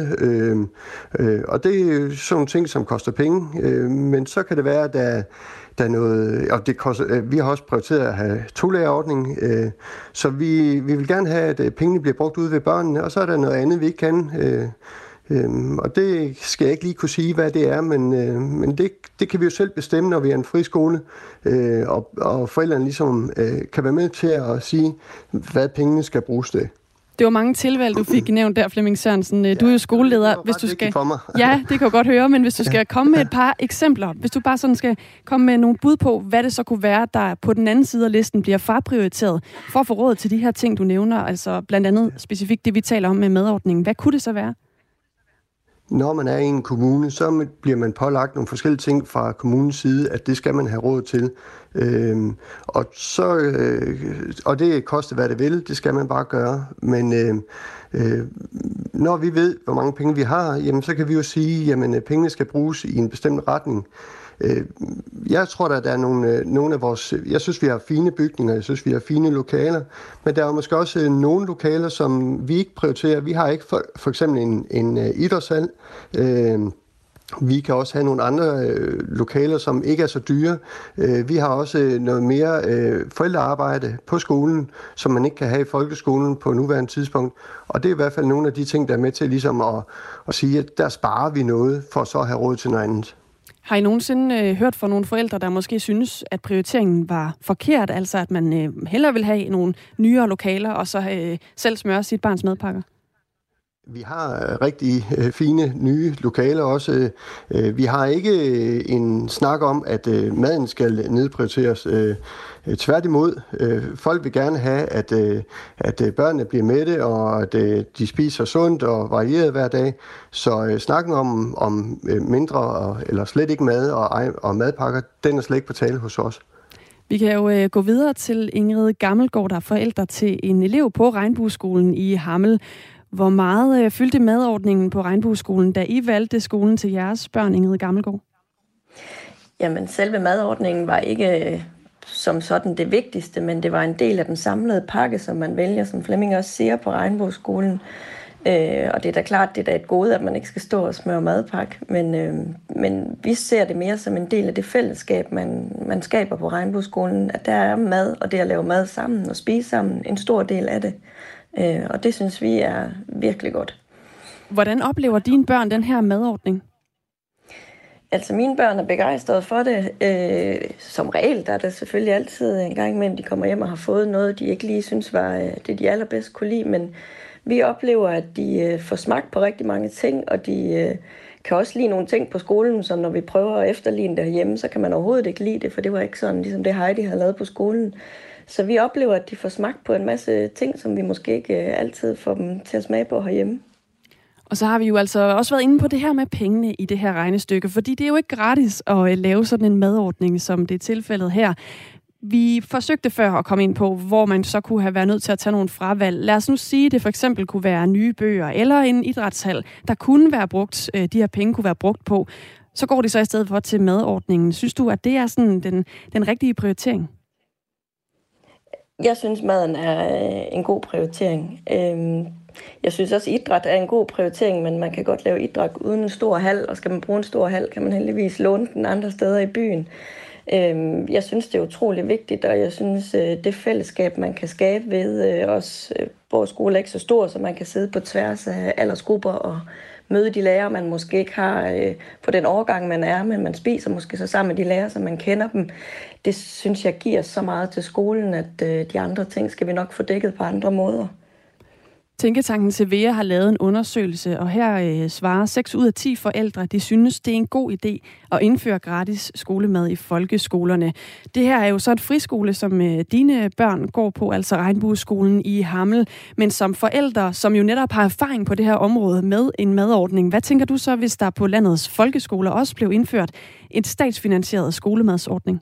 Og det er sådan nogle ting, som koster penge, men så kan det være, at der Der er noget, og det koster, vi har også prioriteret at have tolærerordning, øh, så vi, vi vil gerne have, at pengene bliver brugt ude ved børnene, og så er der noget andet, vi ikke kan. Øh, øh, og det skal jeg ikke lige kunne sige, hvad det er, men, øh, men det, det kan vi jo selv bestemme, når vi er en friskole, øh, og, og forældrene ligesom øh, kan være med til at sige, hvad pengene skal bruges til. Det var mange tilvalg, du fik nævnt der, Flemming Sørensen. Du er jo skoleleder. Hvis du skal... for mig. Ja, det kan jeg godt høre, men hvis du skal komme med et par eksempler, hvis du bare sådan skal komme med nogle bud på, hvad det så kunne være, der på den anden side af listen bliver fraprioriteret for at få råd til de her ting, du nævner, altså blandt andet specifikt det, vi taler om med madordningen. Hvad kunne det så være? Når man er i en kommune, så bliver man pålagt nogle forskellige ting fra kommunens side, at det skal man have råd til. Øhm, og, så, øh, og det koster, hvad det vil, det skal man bare gøre. Men øh, øh, når vi ved, hvor mange penge vi har, jamen, så kan vi jo sige, at pengene skal bruges i en bestemt retning. Jeg tror, at der er nogle, nogle af vores... Jeg synes, vi har fine bygninger, jeg synes, vi har fine lokaler, men der er måske også nogle lokaler, som vi ikke prioriterer. Vi har ikke for, for eksempel en, en idrætshal, øh, Vi kan også have nogle andre øh, lokaler, som ikke er så dyre. Øh, vi har også øh, noget mere øh, forældrearbejde på skolen, som man ikke kan have i folkeskolen på nuværende tidspunkt. Og det er i hvert fald nogle af de ting, der er med til ligesom at, at sige, at der sparer vi noget for så at have råd til noget andet. Har I nogensinde øh, hørt fra nogle forældre, der måske synes, at prioriteringen var forkert? Altså at man øh, hellere vil have nogle nyere lokaler, og så øh, selv smøre sit barns madpakker? Vi har rigtig øh, fine nye lokaler også. Øh, vi har ikke øh, en snak om, at øh, maden skal nedprioriteres. Øh, øh, tværtimod, øh, folk vil gerne have, at, øh, at øh, børnene bliver mætte, og at øh, de spiser sundt og varieret hver dag. Så øh, snakken om, om øh, mindre og, eller slet ikke mad og, og madpakker, den er slet ikke på tale hos os. Vi kan jo øh, gå videre til Ingrid Gammelgaard, der er forældre til en elev på Regnbueskolen i Hammel. Hvor meget øh, fyldte madordningen på Regnbueskolen, da I valgte skolen til jeres børn, Ingrid Gammelgaard? Jamen, selve madordningen var ikke øh, som sådan det vigtigste, men det var en del af den samlede pakke, som man vælger, som Flemming også siger, på Regnbueskolen. Øh, og det er da klart, det er da et gode, at man ikke skal stå og smøre madpakke, men, øh, men vi ser det mere som en del af det fællesskab, man, man skaber på Regnbueskolen, at der er mad, og det at lave mad sammen og spise sammen, en stor del af det. Øh, og det synes vi er virkelig godt. Hvordan oplever dine børn den her madordning? Altså mine børn er begejstrede for det. Øh, som regel, der er det selvfølgelig altid en gang imellem, de kommer hjem og har fået noget, de ikke lige synes var øh, det, de allerbedst kunne lide. Men vi oplever, at de øh, får smagt på rigtig mange ting, og de øh, kan også lide nogle ting på skolen, som når vi prøver at efterligne derhjemme, så kan man overhovedet ikke lide det, for det var ikke sådan, ligesom det Heidi har lavet på skolen. Så vi oplever, at de får smagt på en masse ting, som vi måske ikke altid får dem til at smage på herhjemme. Og så har vi jo altså også været inde på det her med pengene i det her regnestykke, fordi det er jo ikke gratis at lave sådan en madordning, som det er tilfældet her. Vi forsøgte før at komme ind på, hvor man så kunne have været nødt til at tage nogle fravalg. Lad os nu sige, at det for eksempel kunne være nye bøger eller en idrætshal, der kunne være brugt, de her penge kunne være brugt på. Så går de så i stedet for til madordningen. Synes du, at det er sådan den, den rigtige prioritering? Jeg synes, maden er en god prioritering. Jeg synes også, at idræt er en god prioritering, men man kan godt lave idræt uden en stor hal, og skal man bruge en stor hal, kan man heldigvis låne den andre steder i byen. Jeg synes, det er utrolig vigtigt, og jeg synes, det fællesskab, man kan skabe ved os, vores skole er ikke så stor, så man kan sidde på tværs af aldersgrupper og møde de lærere, man måske ikke har øh, på den årgang, man er, men man spiser måske så sammen med de lærere, så man kender dem. Det synes jeg giver så meget til skolen, at øh, de andre ting skal vi nok få dækket på andre måder. Tænketanken Sevea har lavet en undersøgelse, og her øh, svarer seks ud af ti forældre, de synes, det er en god idé at indføre gratis skolemad i folkeskolerne. Det her er jo så en friskole, som øh, dine børn går på, altså Regnbueskolen i Hammel. Men som forældre, som jo netop har erfaring på det her område med en madordning, hvad tænker du så, hvis der på landets folkeskoler også blev indført en statsfinansieret skolemadsordning?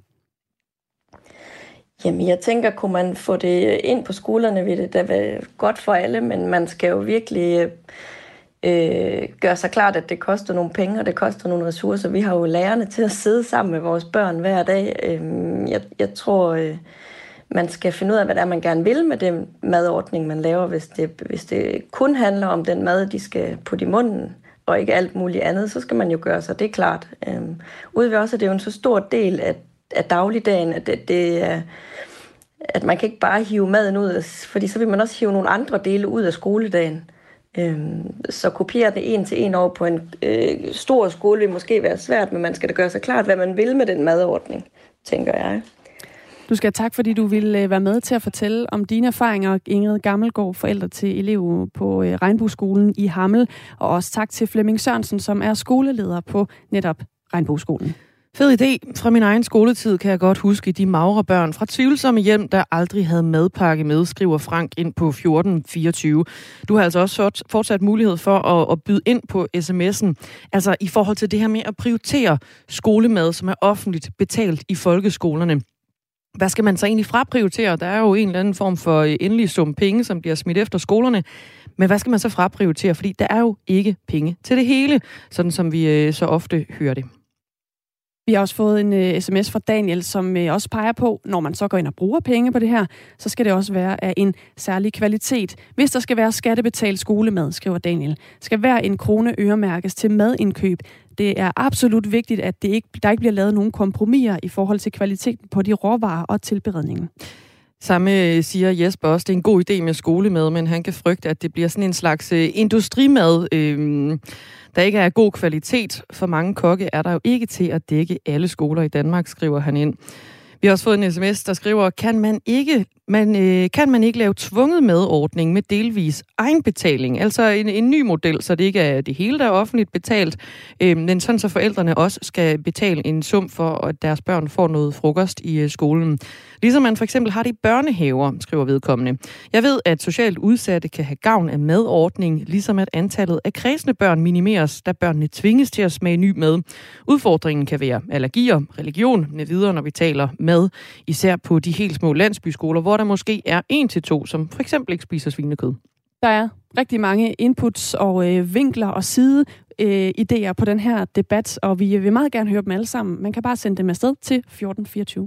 Jamen, jeg tænker, kunne man få det ind på skolerne, vil det da være godt for alle, men man skal jo virkelig øh, gøre sig klart, at det koster nogle penge, og det koster nogle ressourcer. Vi har jo lærerne til at sidde sammen med vores børn hver dag. Øh, jeg, jeg tror, øh, man skal finde ud af, hvad det er, man gerne vil med den madordning, man laver, hvis det, hvis det kun handler om den mad, de skal putte i munden, og ikke alt muligt andet, så skal man jo gøre sig, det er klart. Øh, ude ved os er det jo en så stor del af af dagligdagen, at det, det er, at man kan ikke bare hive maden ud, af, fordi så vil man også hive nogle andre dele ud af skoledagen. Øhm, så kopiere det en til en over på en øh, stor skole vil måske være svært, men man skal da gøre sig klart, hvad man vil med den madordning, tænker jeg. Du skal have tak, fordi du ville være med til at fortælle om dine erfaringer, Ingrid Gammelgaard, forældre til elev på Regnbueskolen i Hammel, og også tak til Flemming Sørensen, som er skoleleder på netop Regnbueskolen. Fed idé. Fra min egen skoletid kan jeg godt huske de magre børn fra tvivlsomme hjem, der aldrig havde madpakke med, skriver Frank ind på fjorten fireogtyve. Du har altså også fortsat mulighed for at, at byde ind på sms'en. Altså i forhold til det her med at prioritere skolemad, som er offentligt betalt i folkeskolerne. Hvad skal man så egentlig fraprioritere? Der er jo en eller anden form for endelig sum penge, som bliver smidt efter skolerne. Men hvad skal man så fraprioritere? Fordi der er jo ikke penge til det hele, sådan som vi så ofte hører det. Vi har også fået en uh, sms fra Daniel, som uh, også peger på, når man så går ind og bruger penge på det her, så skal det også være af en særlig kvalitet. Hvis der skal være skattebetalt skolemad, skriver Daniel, skal hver en krone øremærkes til madindkøb. Det er absolut vigtigt, at det ikke, der ikke bliver lavet nogen kompromiser i forhold til kvaliteten på de råvarer og tilberedningen. Samme siger Jesper også, det er en god idé med skolemad, men han kan frygte, at det bliver sådan en slags industrimad, øh, der ikke er god kvalitet. For mange kokke er der jo ikke til at dække alle skoler i Danmark, skriver han ind. Vi har også fået en sms, der skriver, kan man ikke, man, øh, kan man ikke lave tvunget madordning med delvis egenbetaling? Altså en, en ny model, så det ikke er det hele, der er offentligt betalt, øh, men sådan så forældrene også skal betale en sum for, at deres børn får noget frokost i øh, skolen. Ligesom man for eksempel har det i børnehaver, skriver vedkommende. Jeg ved, at socialt udsatte kan have gavn af madordning, ligesom at antallet af kræsne børn minimeres, da børnene tvinges til at smage ny mad. Udfordringen kan være allergier, religion med videre, når vi taler mad, især på de helt små landsbyskoler, hvor der måske er en til to, som for eksempel ikke spiser svinekød. Der er rigtig mange inputs og øh, vinkler og side øh, idéer på den her debat, og vi vil meget gerne høre dem alle sammen. Man kan bare sende dem afsted til fjorten fireogtyve.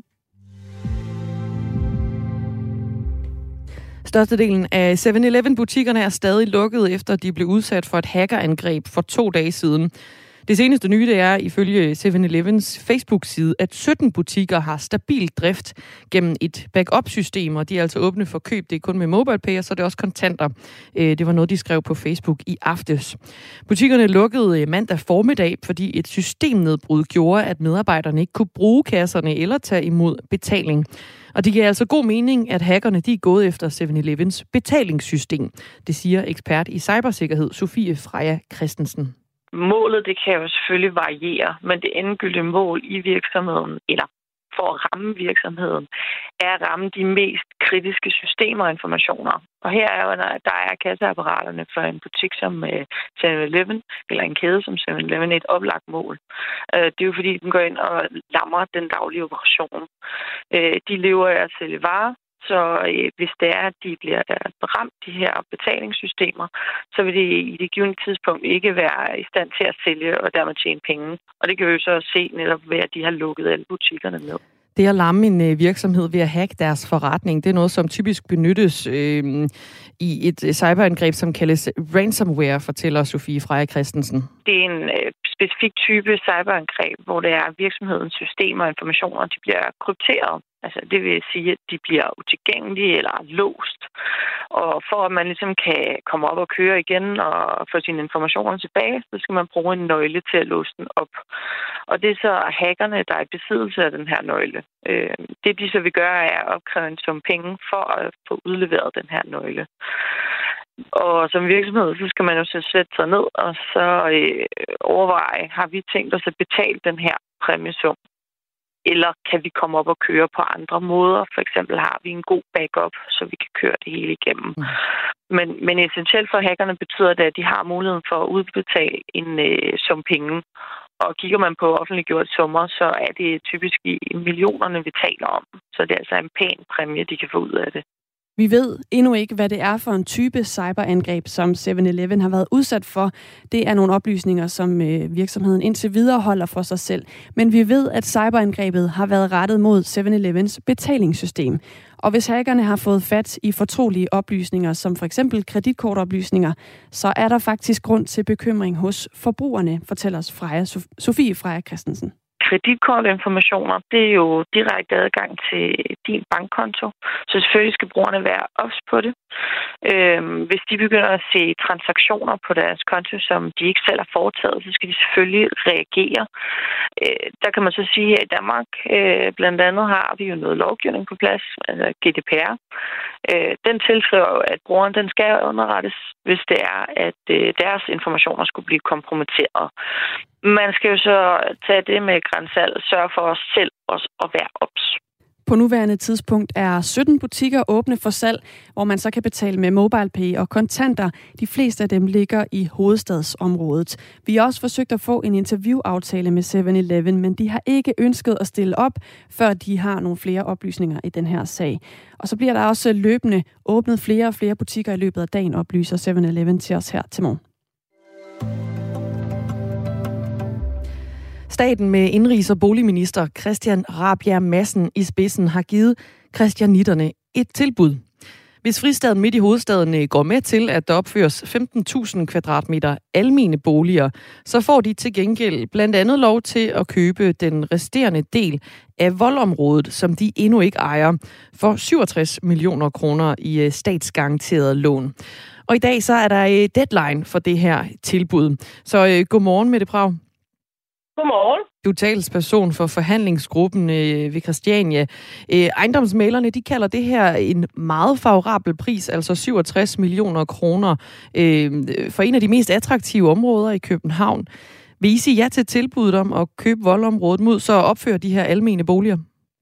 Størstedelen af syv eleven-butikkerne er stadig lukket, efter de blev udsat for et hackerangreb for to dage siden. Det seneste nye det er ifølge syv elevens Facebook-side, at sytten butikker har stabil drift gennem et backup-system, og de er altså åbne for køb. Det er kun med MobilePay, og så er det også kontanter. Det var noget, de skrev på Facebook i aftes. Butikkerne lukkede mandag formiddag, fordi et systemnedbrud gjorde, at medarbejderne ikke kunne bruge kasserne eller tage imod betaling. Og det giver altså god mening, at hackerne de er gået efter syv elevens betalingssystem. Det siger ekspert i cybersikkerhed Sofie Freja Christensen. Målet, det kan jo selvfølgelig variere, men det endegyldige mål i virksomheden, eller for at ramme virksomheden, er at ramme de mest kritiske systemer og informationer. Og her er jo, der er kasseapparaterne for en butik som syv eleven, eller en kæde som syv eleven, et oplagt mål. Det er jo fordi, den går ind og lammer den daglige operation. De lever af at sælge varer. Så øh, hvis det er, at de bliver ramt, de her betalingssystemer, så vil det i det givende tidspunkt ikke være i stand til at sælge og dermed tjene penge. Og det kan vi jo så se netop ved, at de har lukket alle butikkerne ned. Det at lamme en virksomhed ved at hacke deres forretning, det er noget, som typisk benyttes øh, i et cyberangreb, som kaldes ransomware, fortæller Sofie Freja Christensen. Det er en øh, specifik type cyberangreb, hvor det er virksomhedens systemer og informationer, de bliver krypteret. Altså, det vil sige, at de bliver utilgængelige eller låst. Og for at man ligesom kan komme op og køre igen og få sine informationer tilbage, så skal man bruge en nøgle til at låse den op. Og det er så hackerne, der er i besiddelse af den her nøgle. Det, de så vil gøre, er at opkræve en sum penge for at få udleveret den her nøgle. Og som virksomhed, så skal man jo så sætte sig ned og så øh, overveje, har vi tænkt os at betale den her præmiesum? Eller kan vi komme op og køre på andre måder? For eksempel har vi en god backup, så vi kan køre det hele igennem. Mm. Men, men essentielt for hackerne betyder det, at de har muligheden for at udbetale en øh, sum penge. Og kigger man på offentliggjort summer, så er det typisk i millionerne, vi taler om. Så det er altså en pæn præmie, de kan få ud af det. Vi ved endnu ikke, hvad det er for en type cyberangreb, som syv eleven har været udsat for. Det er nogle oplysninger, som virksomheden indtil videre holder for sig selv. Men vi ved, at cyberangrebet har været rettet mod syv elevens betalingssystem. Og hvis hackerne har fået fat i fortrolige oplysninger, som for eksempel kreditkortoplysninger, så er der faktisk grund til bekymring hos forbrugerne, fortæller os Freja, Sofie Freja Christensen. Kreditkortinformationer, det er jo direkte adgang til din bankkonto, så selvfølgelig skal brugerne være ops på det. Øhm, hvis de begynder at se transaktioner på deres konto, som de ikke selv har foretaget, så skal de selvfølgelig reagere. Øh, der kan man så sige, at her i Danmark, øh, blandt andet har vi jo noget lovgivning på plads, altså G D P R. Øh, den tilskriver jo, at brugeren den skal underrettes, hvis det er, at øh, deres informationer skulle blive kompromitteret. Man skal jo så tage det med grænsal og sørge for os selv også at være ops. På nuværende tidspunkt er sytten butikker åbne for salg, hvor man så kan betale med MobilePay og kontanter. De fleste af dem ligger i hovedstadsområdet. Vi har også forsøgt at få en interviewaftale med syv eleven, men de har ikke ønsket at stille op, før de har nogle flere oplysninger i den her sag. Og så bliver der også løbende åbnet flere og flere butikker i løbet af dagen, oplyser syv eleven til os her til morgen. Staten med indrigs- og boligminister Christian Rabjerg Madsen i spidsen har givet christianitterne et tilbud. Hvis fristaden midt i hovedstaden går med til, at der opføres femten tusind kvadratmeter almene boliger, så får de til gengæld blandt andet lov til at købe den resterende del af voldområdet, som de endnu ikke ejer, for syvogtres millioner kroner i statsgaranteret lån. Og i dag så er der deadline for det her tilbud. Så øh, godmorgen, Mette Prag. Godmorgen. Du er talsperson for forhandlingsgruppen øh, ved Christiania. Øh, ejendomsmælerne, de kalder det her en meget favorabel pris, altså syvogtres millioner kroner, øh, for en af de mest attraktive områder i København. Vil I sige ja til tilbuddet om at købe voldområdet mod så at opføre de her almene boliger?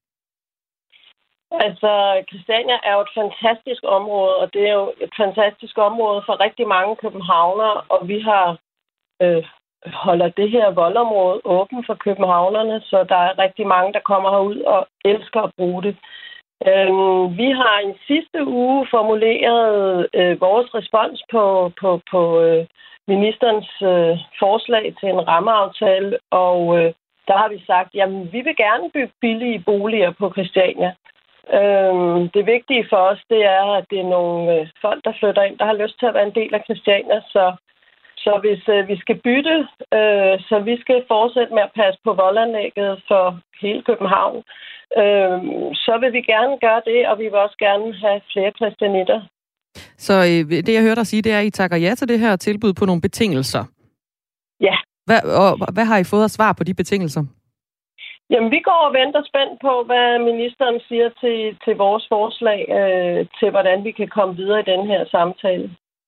Altså, Christiania er jo et fantastisk område, og det er jo et fantastisk område for rigtig mange københavnere, og vi har øh, holder det her voldområde åben for københavnerne, så der er rigtig mange, der kommer herud og elsker at bruge det. Øh, vi har i sidste uge formuleret øh, vores respons på, på, på øh, ministerens øh, forslag til en rammeaftale, og øh, der har vi sagt, jamen vi vil gerne bygge billige boliger på Christiania. Øhm, det vigtige for os, det er, at det er nogle øh, folk, der flytter ind, der har lyst til at være en del af Christiania. Så, så hvis øh, vi skal bytte, øh, så vi skal fortsætte med at passe på voldanlægget for hele København, øh, så vil vi gerne gøre det, og vi vil også gerne have flere christianitter. Så øh, det, jeg hørte dig sige, det er, at I takker ja til det her tilbud på nogle betingelser. Ja. Hvad, og hvad har I fået af svar på de betingelser? Jamen, vi går og venter spændt på, hvad ministeren siger til, til vores forslag, øh, til hvordan vi kan komme videre i den her samtale.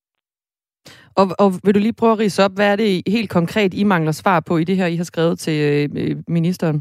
Og, og vil du lige prøve at ridse op, hvad er det helt konkret, I mangler svar på i det her, I har skrevet til øh, ministeren?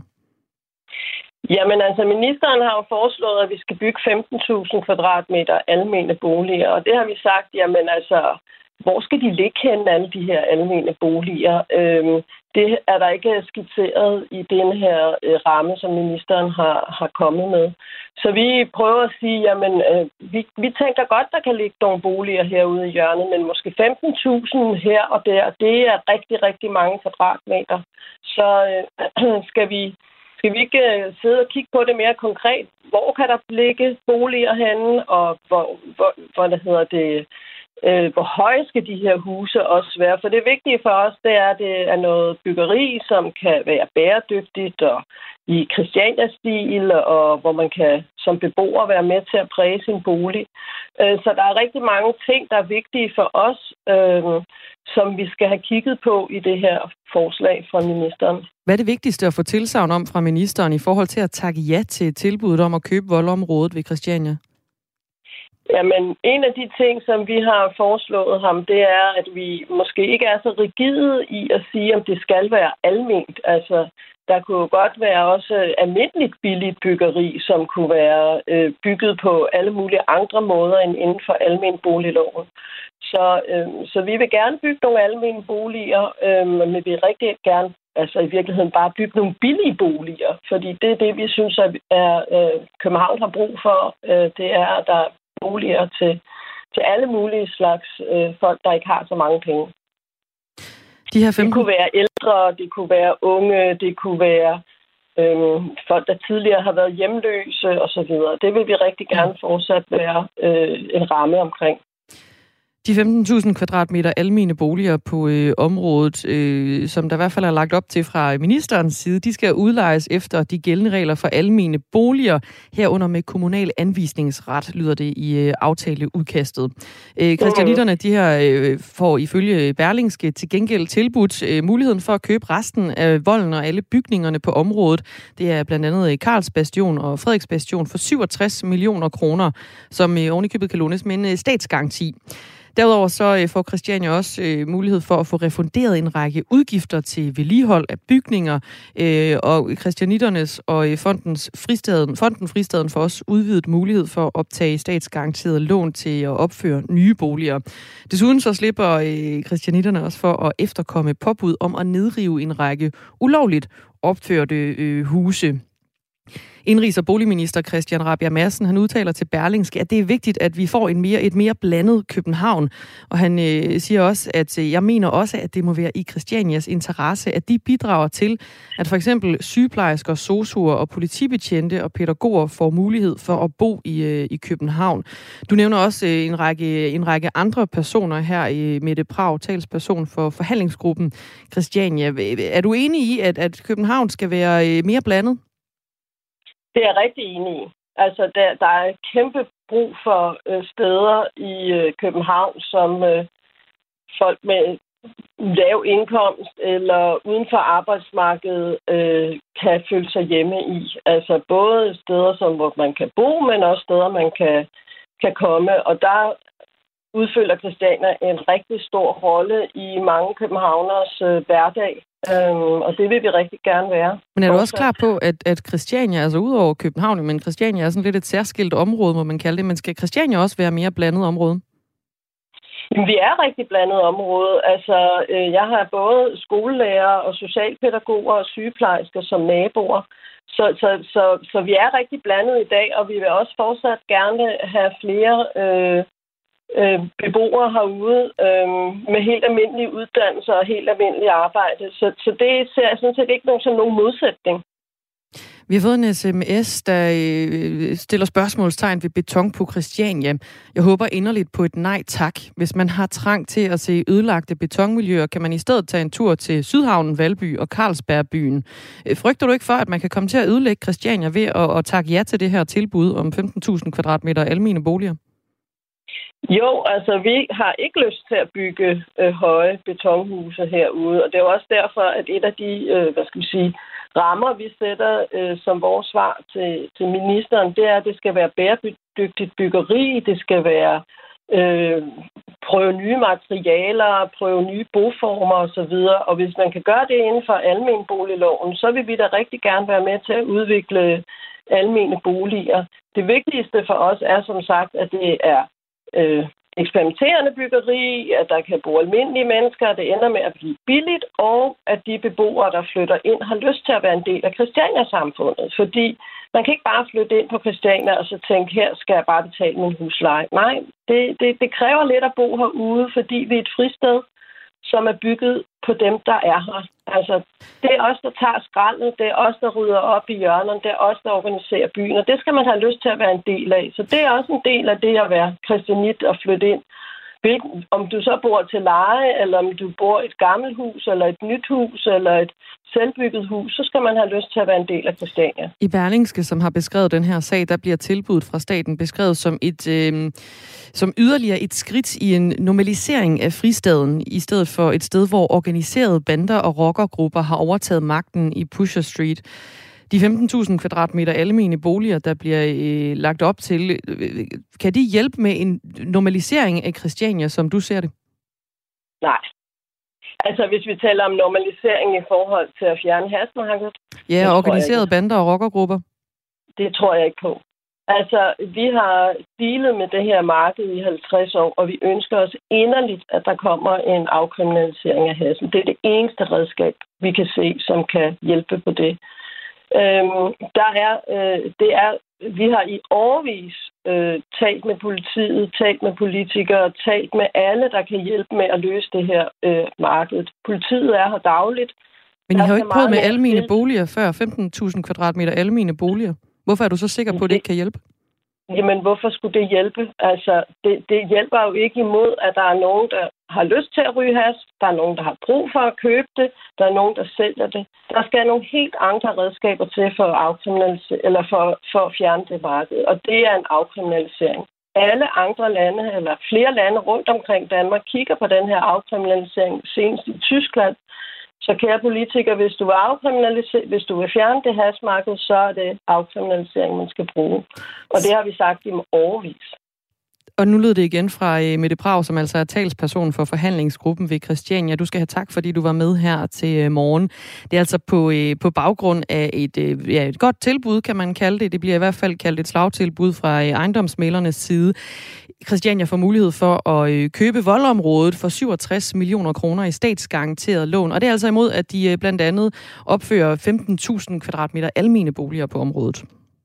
Jamen altså, ministeren har jo foreslået, at vi skal bygge femten tusind kvadratmeter almene boliger, og det har vi sagt, jamen altså, hvor skal de ligge henne, alle de her almene boliger? Øhm, det er der ikke skitseret i den her øh, ramme, som ministeren har, har kommet med. Så vi prøver at sige, jamen, øh, vi, vi tænker godt, der kan ligge nogle boliger herude i hjørnet, men måske femten tusind her og der, det er rigtig, rigtig mange kvadratmeter. Så øh, skal vi... Skal vi ikke sidde og kigge på det mere konkret? Hvor kan der ligge boliger henne, og hvor, hvor, hvor det hedder det, øh, hvor høje skal de her huse også være? For det vigtige for os, det er, at det er noget byggeri, som kan være bæredygtigt og i Christiania-stil, og hvor man kan som beboer være med til at præge sin bolig. Øh, så der er rigtig mange ting, der er vigtige for os, øh, som vi skal have kigget på i det her forslag fra ministeren. Hvad er det vigtigste at få tilsagn om fra ministeren i forhold til at takke ja til tilbuddet om at købe voldområdet ved Christiania? Jamen, en af de ting, som vi har foreslået ham, det er, at vi måske ikke er så rigide i at sige, om det skal være alment. Altså, der kunne jo godt være også almindeligt billigt byggeri, som kunne være øh, bygget på alle mulige andre måder end inden for almen boligloven. Så, øh, så vi vil gerne bygge nogle almene boliger, øh, men vi vil rigtig gerne altså i virkeligheden bare bygge nogle billige boliger, fordi det er det, vi synes, at er, øh, København har brug for. Øh, det er, at der er boliger til, til alle mulige slags øh, folk, der ikke har så mange penge. De her femten... Det kunne være ældre, det kunne være unge, det kunne være øh, folk, der tidligere har været hjemløse osv. Det vil vi rigtig gerne fortsat være øh, en ramme omkring. De femten tusind kvadratmeter almene boliger på øh, området, øh, som der i hvert fald er lagt op til fra ministerens side, de skal udlejes efter de gældende regler for almene boliger, herunder med kommunal anvisningsret, lyder det i øh, aftaleudkastet. Øh, Christianitterne, de her øh, får ifølge Berlingske til gengæld tilbudt øh, muligheden for at købe resten af volden og alle bygningerne på området. Det er blandt andet Karls Bastion og Frederiks Bastion for syvogtres millioner kroner, som øh, ovenikøbet kan lånes med en øh, statsgaranti. Derudover så får Christiania også øh, mulighed for at få refunderet en række udgifter til vedligehold af bygninger, øh, og Christianitternes og øh, fondens fristaden, fonden Fristaden får også udvidet mulighed for at optage statsgaranteret lån til at opføre nye boliger. Desuden så slipper øh, Christianitterne også for at efterkomme påbud om at nedrive en række ulovligt opførte øh, huse. Indrigs- og boligminister Christian Rabjerg Madsen, han udtaler til Berlingske, at det er vigtigt, at vi får en mere, et mere blandet København. Og han øh, siger også, at øh, jeg mener også, at det må være i Christianias interesse, at de bidrager til, at for eksempel sygeplejersker, sosuer og politibetjente og pædagoger får mulighed for at bo i, øh, i København. Du nævner også øh, en, række, en række andre personer her, i Mette Prag, talsperson for forhandlingsgruppen Christiania. Er du enig i, at, at København skal være øh, mere blandet? Det er jeg rigtig enig i. Altså, der, der er kæmpe brug for øh, steder i øh, København, som øh, folk med lav indkomst eller uden for arbejdsmarkedet øh, kan føle sig hjemme i. Altså både steder, som, hvor man kan bo, men også steder, man kan, kan komme. Og der udfylder Christiania en rigtig stor rolle i mange københavners øh, hverdag. Øhm, og det vil vi rigtig gerne være. Men er du også klar på, at, at Christiania, altså udover København, men Christiania er sådan lidt et særskilt område, må man kalde det, men skal Christiania også være mere blandet område? Jamen, vi er et rigtig blandet område. Altså, øh, jeg har både skolelærer og socialpædagoger og sygeplejersker som naboer. Så, så, så, så vi er rigtig blandet i dag, og vi vil også fortsat gerne have flere øh, øh, beboere herude øh, med helt almindelige uddannelser og helt almindelige arbejde. Så, så det ser jeg sådan set ikke nogen, som nogen modsætning. Vi har fået en sms, der stiller spørgsmålstegn ved beton på Christiania. Jeg håber inderligt på et nej tak. Hvis man har trang til at se ødelagte betonmiljøer, kan man i stedet tage en tur til Sydhavnen, Valby og Carlsbergbyen. Frygter du ikke for, at man kan komme til at ødelægge Christiania ved at, at takke ja til det her tilbud om femten tusind kvadratmeter almene boliger? Jo, altså vi har ikke lyst til at bygge øh, høje betonhuse herude, og det er også derfor, at et af de, øh, hvad skal vi sige, rammer, vi sætter øh, som vores svar til, til ministeren, det er, at det skal være bæredygtigt byggeri, det skal være øh, prøve nye materialer, prøve nye boformer osv., og hvis man kan gøre det inden for almenboligloven, så vil vi da rigtig gerne være med til at udvikle almene boliger. Det vigtigste for os er som sagt, at det er øh, eksperimenterende byggeri, at der kan bo almindelige mennesker, at det ender med at blive billigt, og at de beboere, der flytter ind, har lyst til at være en del af Christiania-samfundet. Fordi man kan ikke bare flytte ind på Christiania og så tænke, her skal jeg bare betale min husleje. Nej, det, det, det kræver lidt at bo herude, fordi vi er et fristed, som er bygget på dem, der er her. Altså, det er os, der tager skraldet, det er os, der rydder op i hjørnerne, det er os, der organiserer byen, og det skal man have lyst til at være en del af. Så det er også en del af det at være christianit og flytte ind. Hvilken, om du så bor til leje, eller om du bor i et gammelt hus, eller et nyt hus, eller et selvbygget hus, så skal man have lyst til at være en del af Christiania. I Berlingske, som har beskrevet den her sag, der bliver tilbuddet fra staten beskrevet som et øh, som yderligere et skridt i en normalisering af fristaden, i stedet for et sted, hvor organiserede bander og rockergrupper har overtaget magten i Pusher Street. De femten tusind kvadratmeter almene boliger, der bliver øh, lagt op til, øh, kan de hjælpe med en normalisering af Christiania, som du ser det? Nej. Altså, hvis vi taler om normalisering i forhold til at fjerne hashmarkedet... Ja, organiserede bander og rockergrupper. Det tror jeg ikke på. Altså, vi har dealet med det her marked i halvtreds år, og vi ønsker os inderligt, at der kommer en afkriminalisering af hashen. Det er det eneste redskab, vi kan se, som kan hjælpe på det. Øhm, der er, øh, det er, vi har i årevis øh, talt med politiet, talt med politikere, talt med alle, der kan hjælpe med at løse det her øh, marked. Politiet er her dagligt. Men I har jo ikke prøvet med almene boliger før, femten tusind kvadratmeter almene boliger. Hvorfor er du så sikker på, at det ikke kan hjælpe? Jamen, hvorfor skulle det hjælpe? Altså, det, det hjælper jo ikke imod, at der er nogen, der har lyst til at ryge hash. Der er nogen, der har brug for at købe det. Der er nogen, der sælger det. Der skal nogle helt andre redskaber til for at, afkriminalisere, eller for, for at fjerne det marked. Og det er en afkriminalisering. Alle andre lande, eller flere lande rundt omkring Danmark, kigger på den her afkriminalisering, senest i Tyskland. Så kære politikere, hvis du vil afkriminalisere, hvis du vil fjerne det hashmarked, så er det afkriminalisering, man skal bruge. Og det har vi sagt i årevis. Og nu lyder det igen fra Mette Prag, som altså er talsperson for forhandlingsgruppen ved Christiania. Du skal have tak, fordi du var med her til morgen. Det er altså på, på baggrund af et, ja, et godt tilbud, kan man kalde det. Det bliver i hvert fald kaldt et slagtilbud fra ejendomsmæglernes side. Christiania får mulighed for at købe voldområdet for syvogtres millioner kroner i statsgaranteret lån. Og det er altså imod, at de blandt andet opfører femten tusind kvadratmeter almene boliger på området.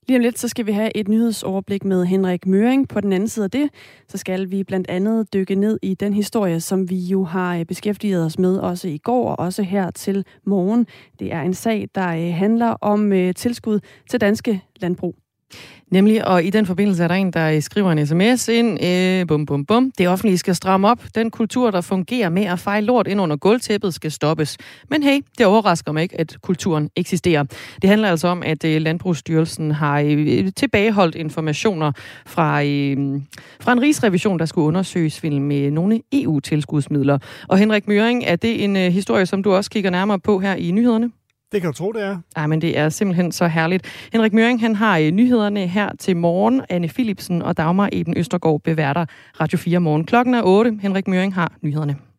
Lige om lidt, så skal vi have et nyhedsoverblik med Henrik Møring. På den anden side af det, så skal vi blandt andet dykke ned i den historie, som vi jo har beskæftiget os med også i går og også her til morgen. Det er en sag, der handler om tilskud til danske landbrug. Nemlig, og i den forbindelse er der en, der skriver en sms ind. Øh, bum, bum, bum. Det offentlige skal stramme op. Den kultur, der fungerer med at feje lort ind under gulvtæppet, skal stoppes. Men hey, det overrasker mig ikke, at kulturen eksisterer. Det handler altså om, at øh, Landbrugsstyrelsen har øh, tilbageholdt informationer fra, øh, fra en rigsrevision, der skulle undersøge svindel med nogle E U-tilskudsmidler. Og Henrik Møring, er det en øh, historie, som du også kigger nærmere på her i nyhederne? Det kan du tro, det er. Ej, men det er simpelthen så herligt. Henrik Møring, han har øh, nyhederne her til morgen. Anne Philipsen og Dagmar Eben Østergaard beværter Radio fire morgen. Klokken er otte. Henrik Møring har nyhederne.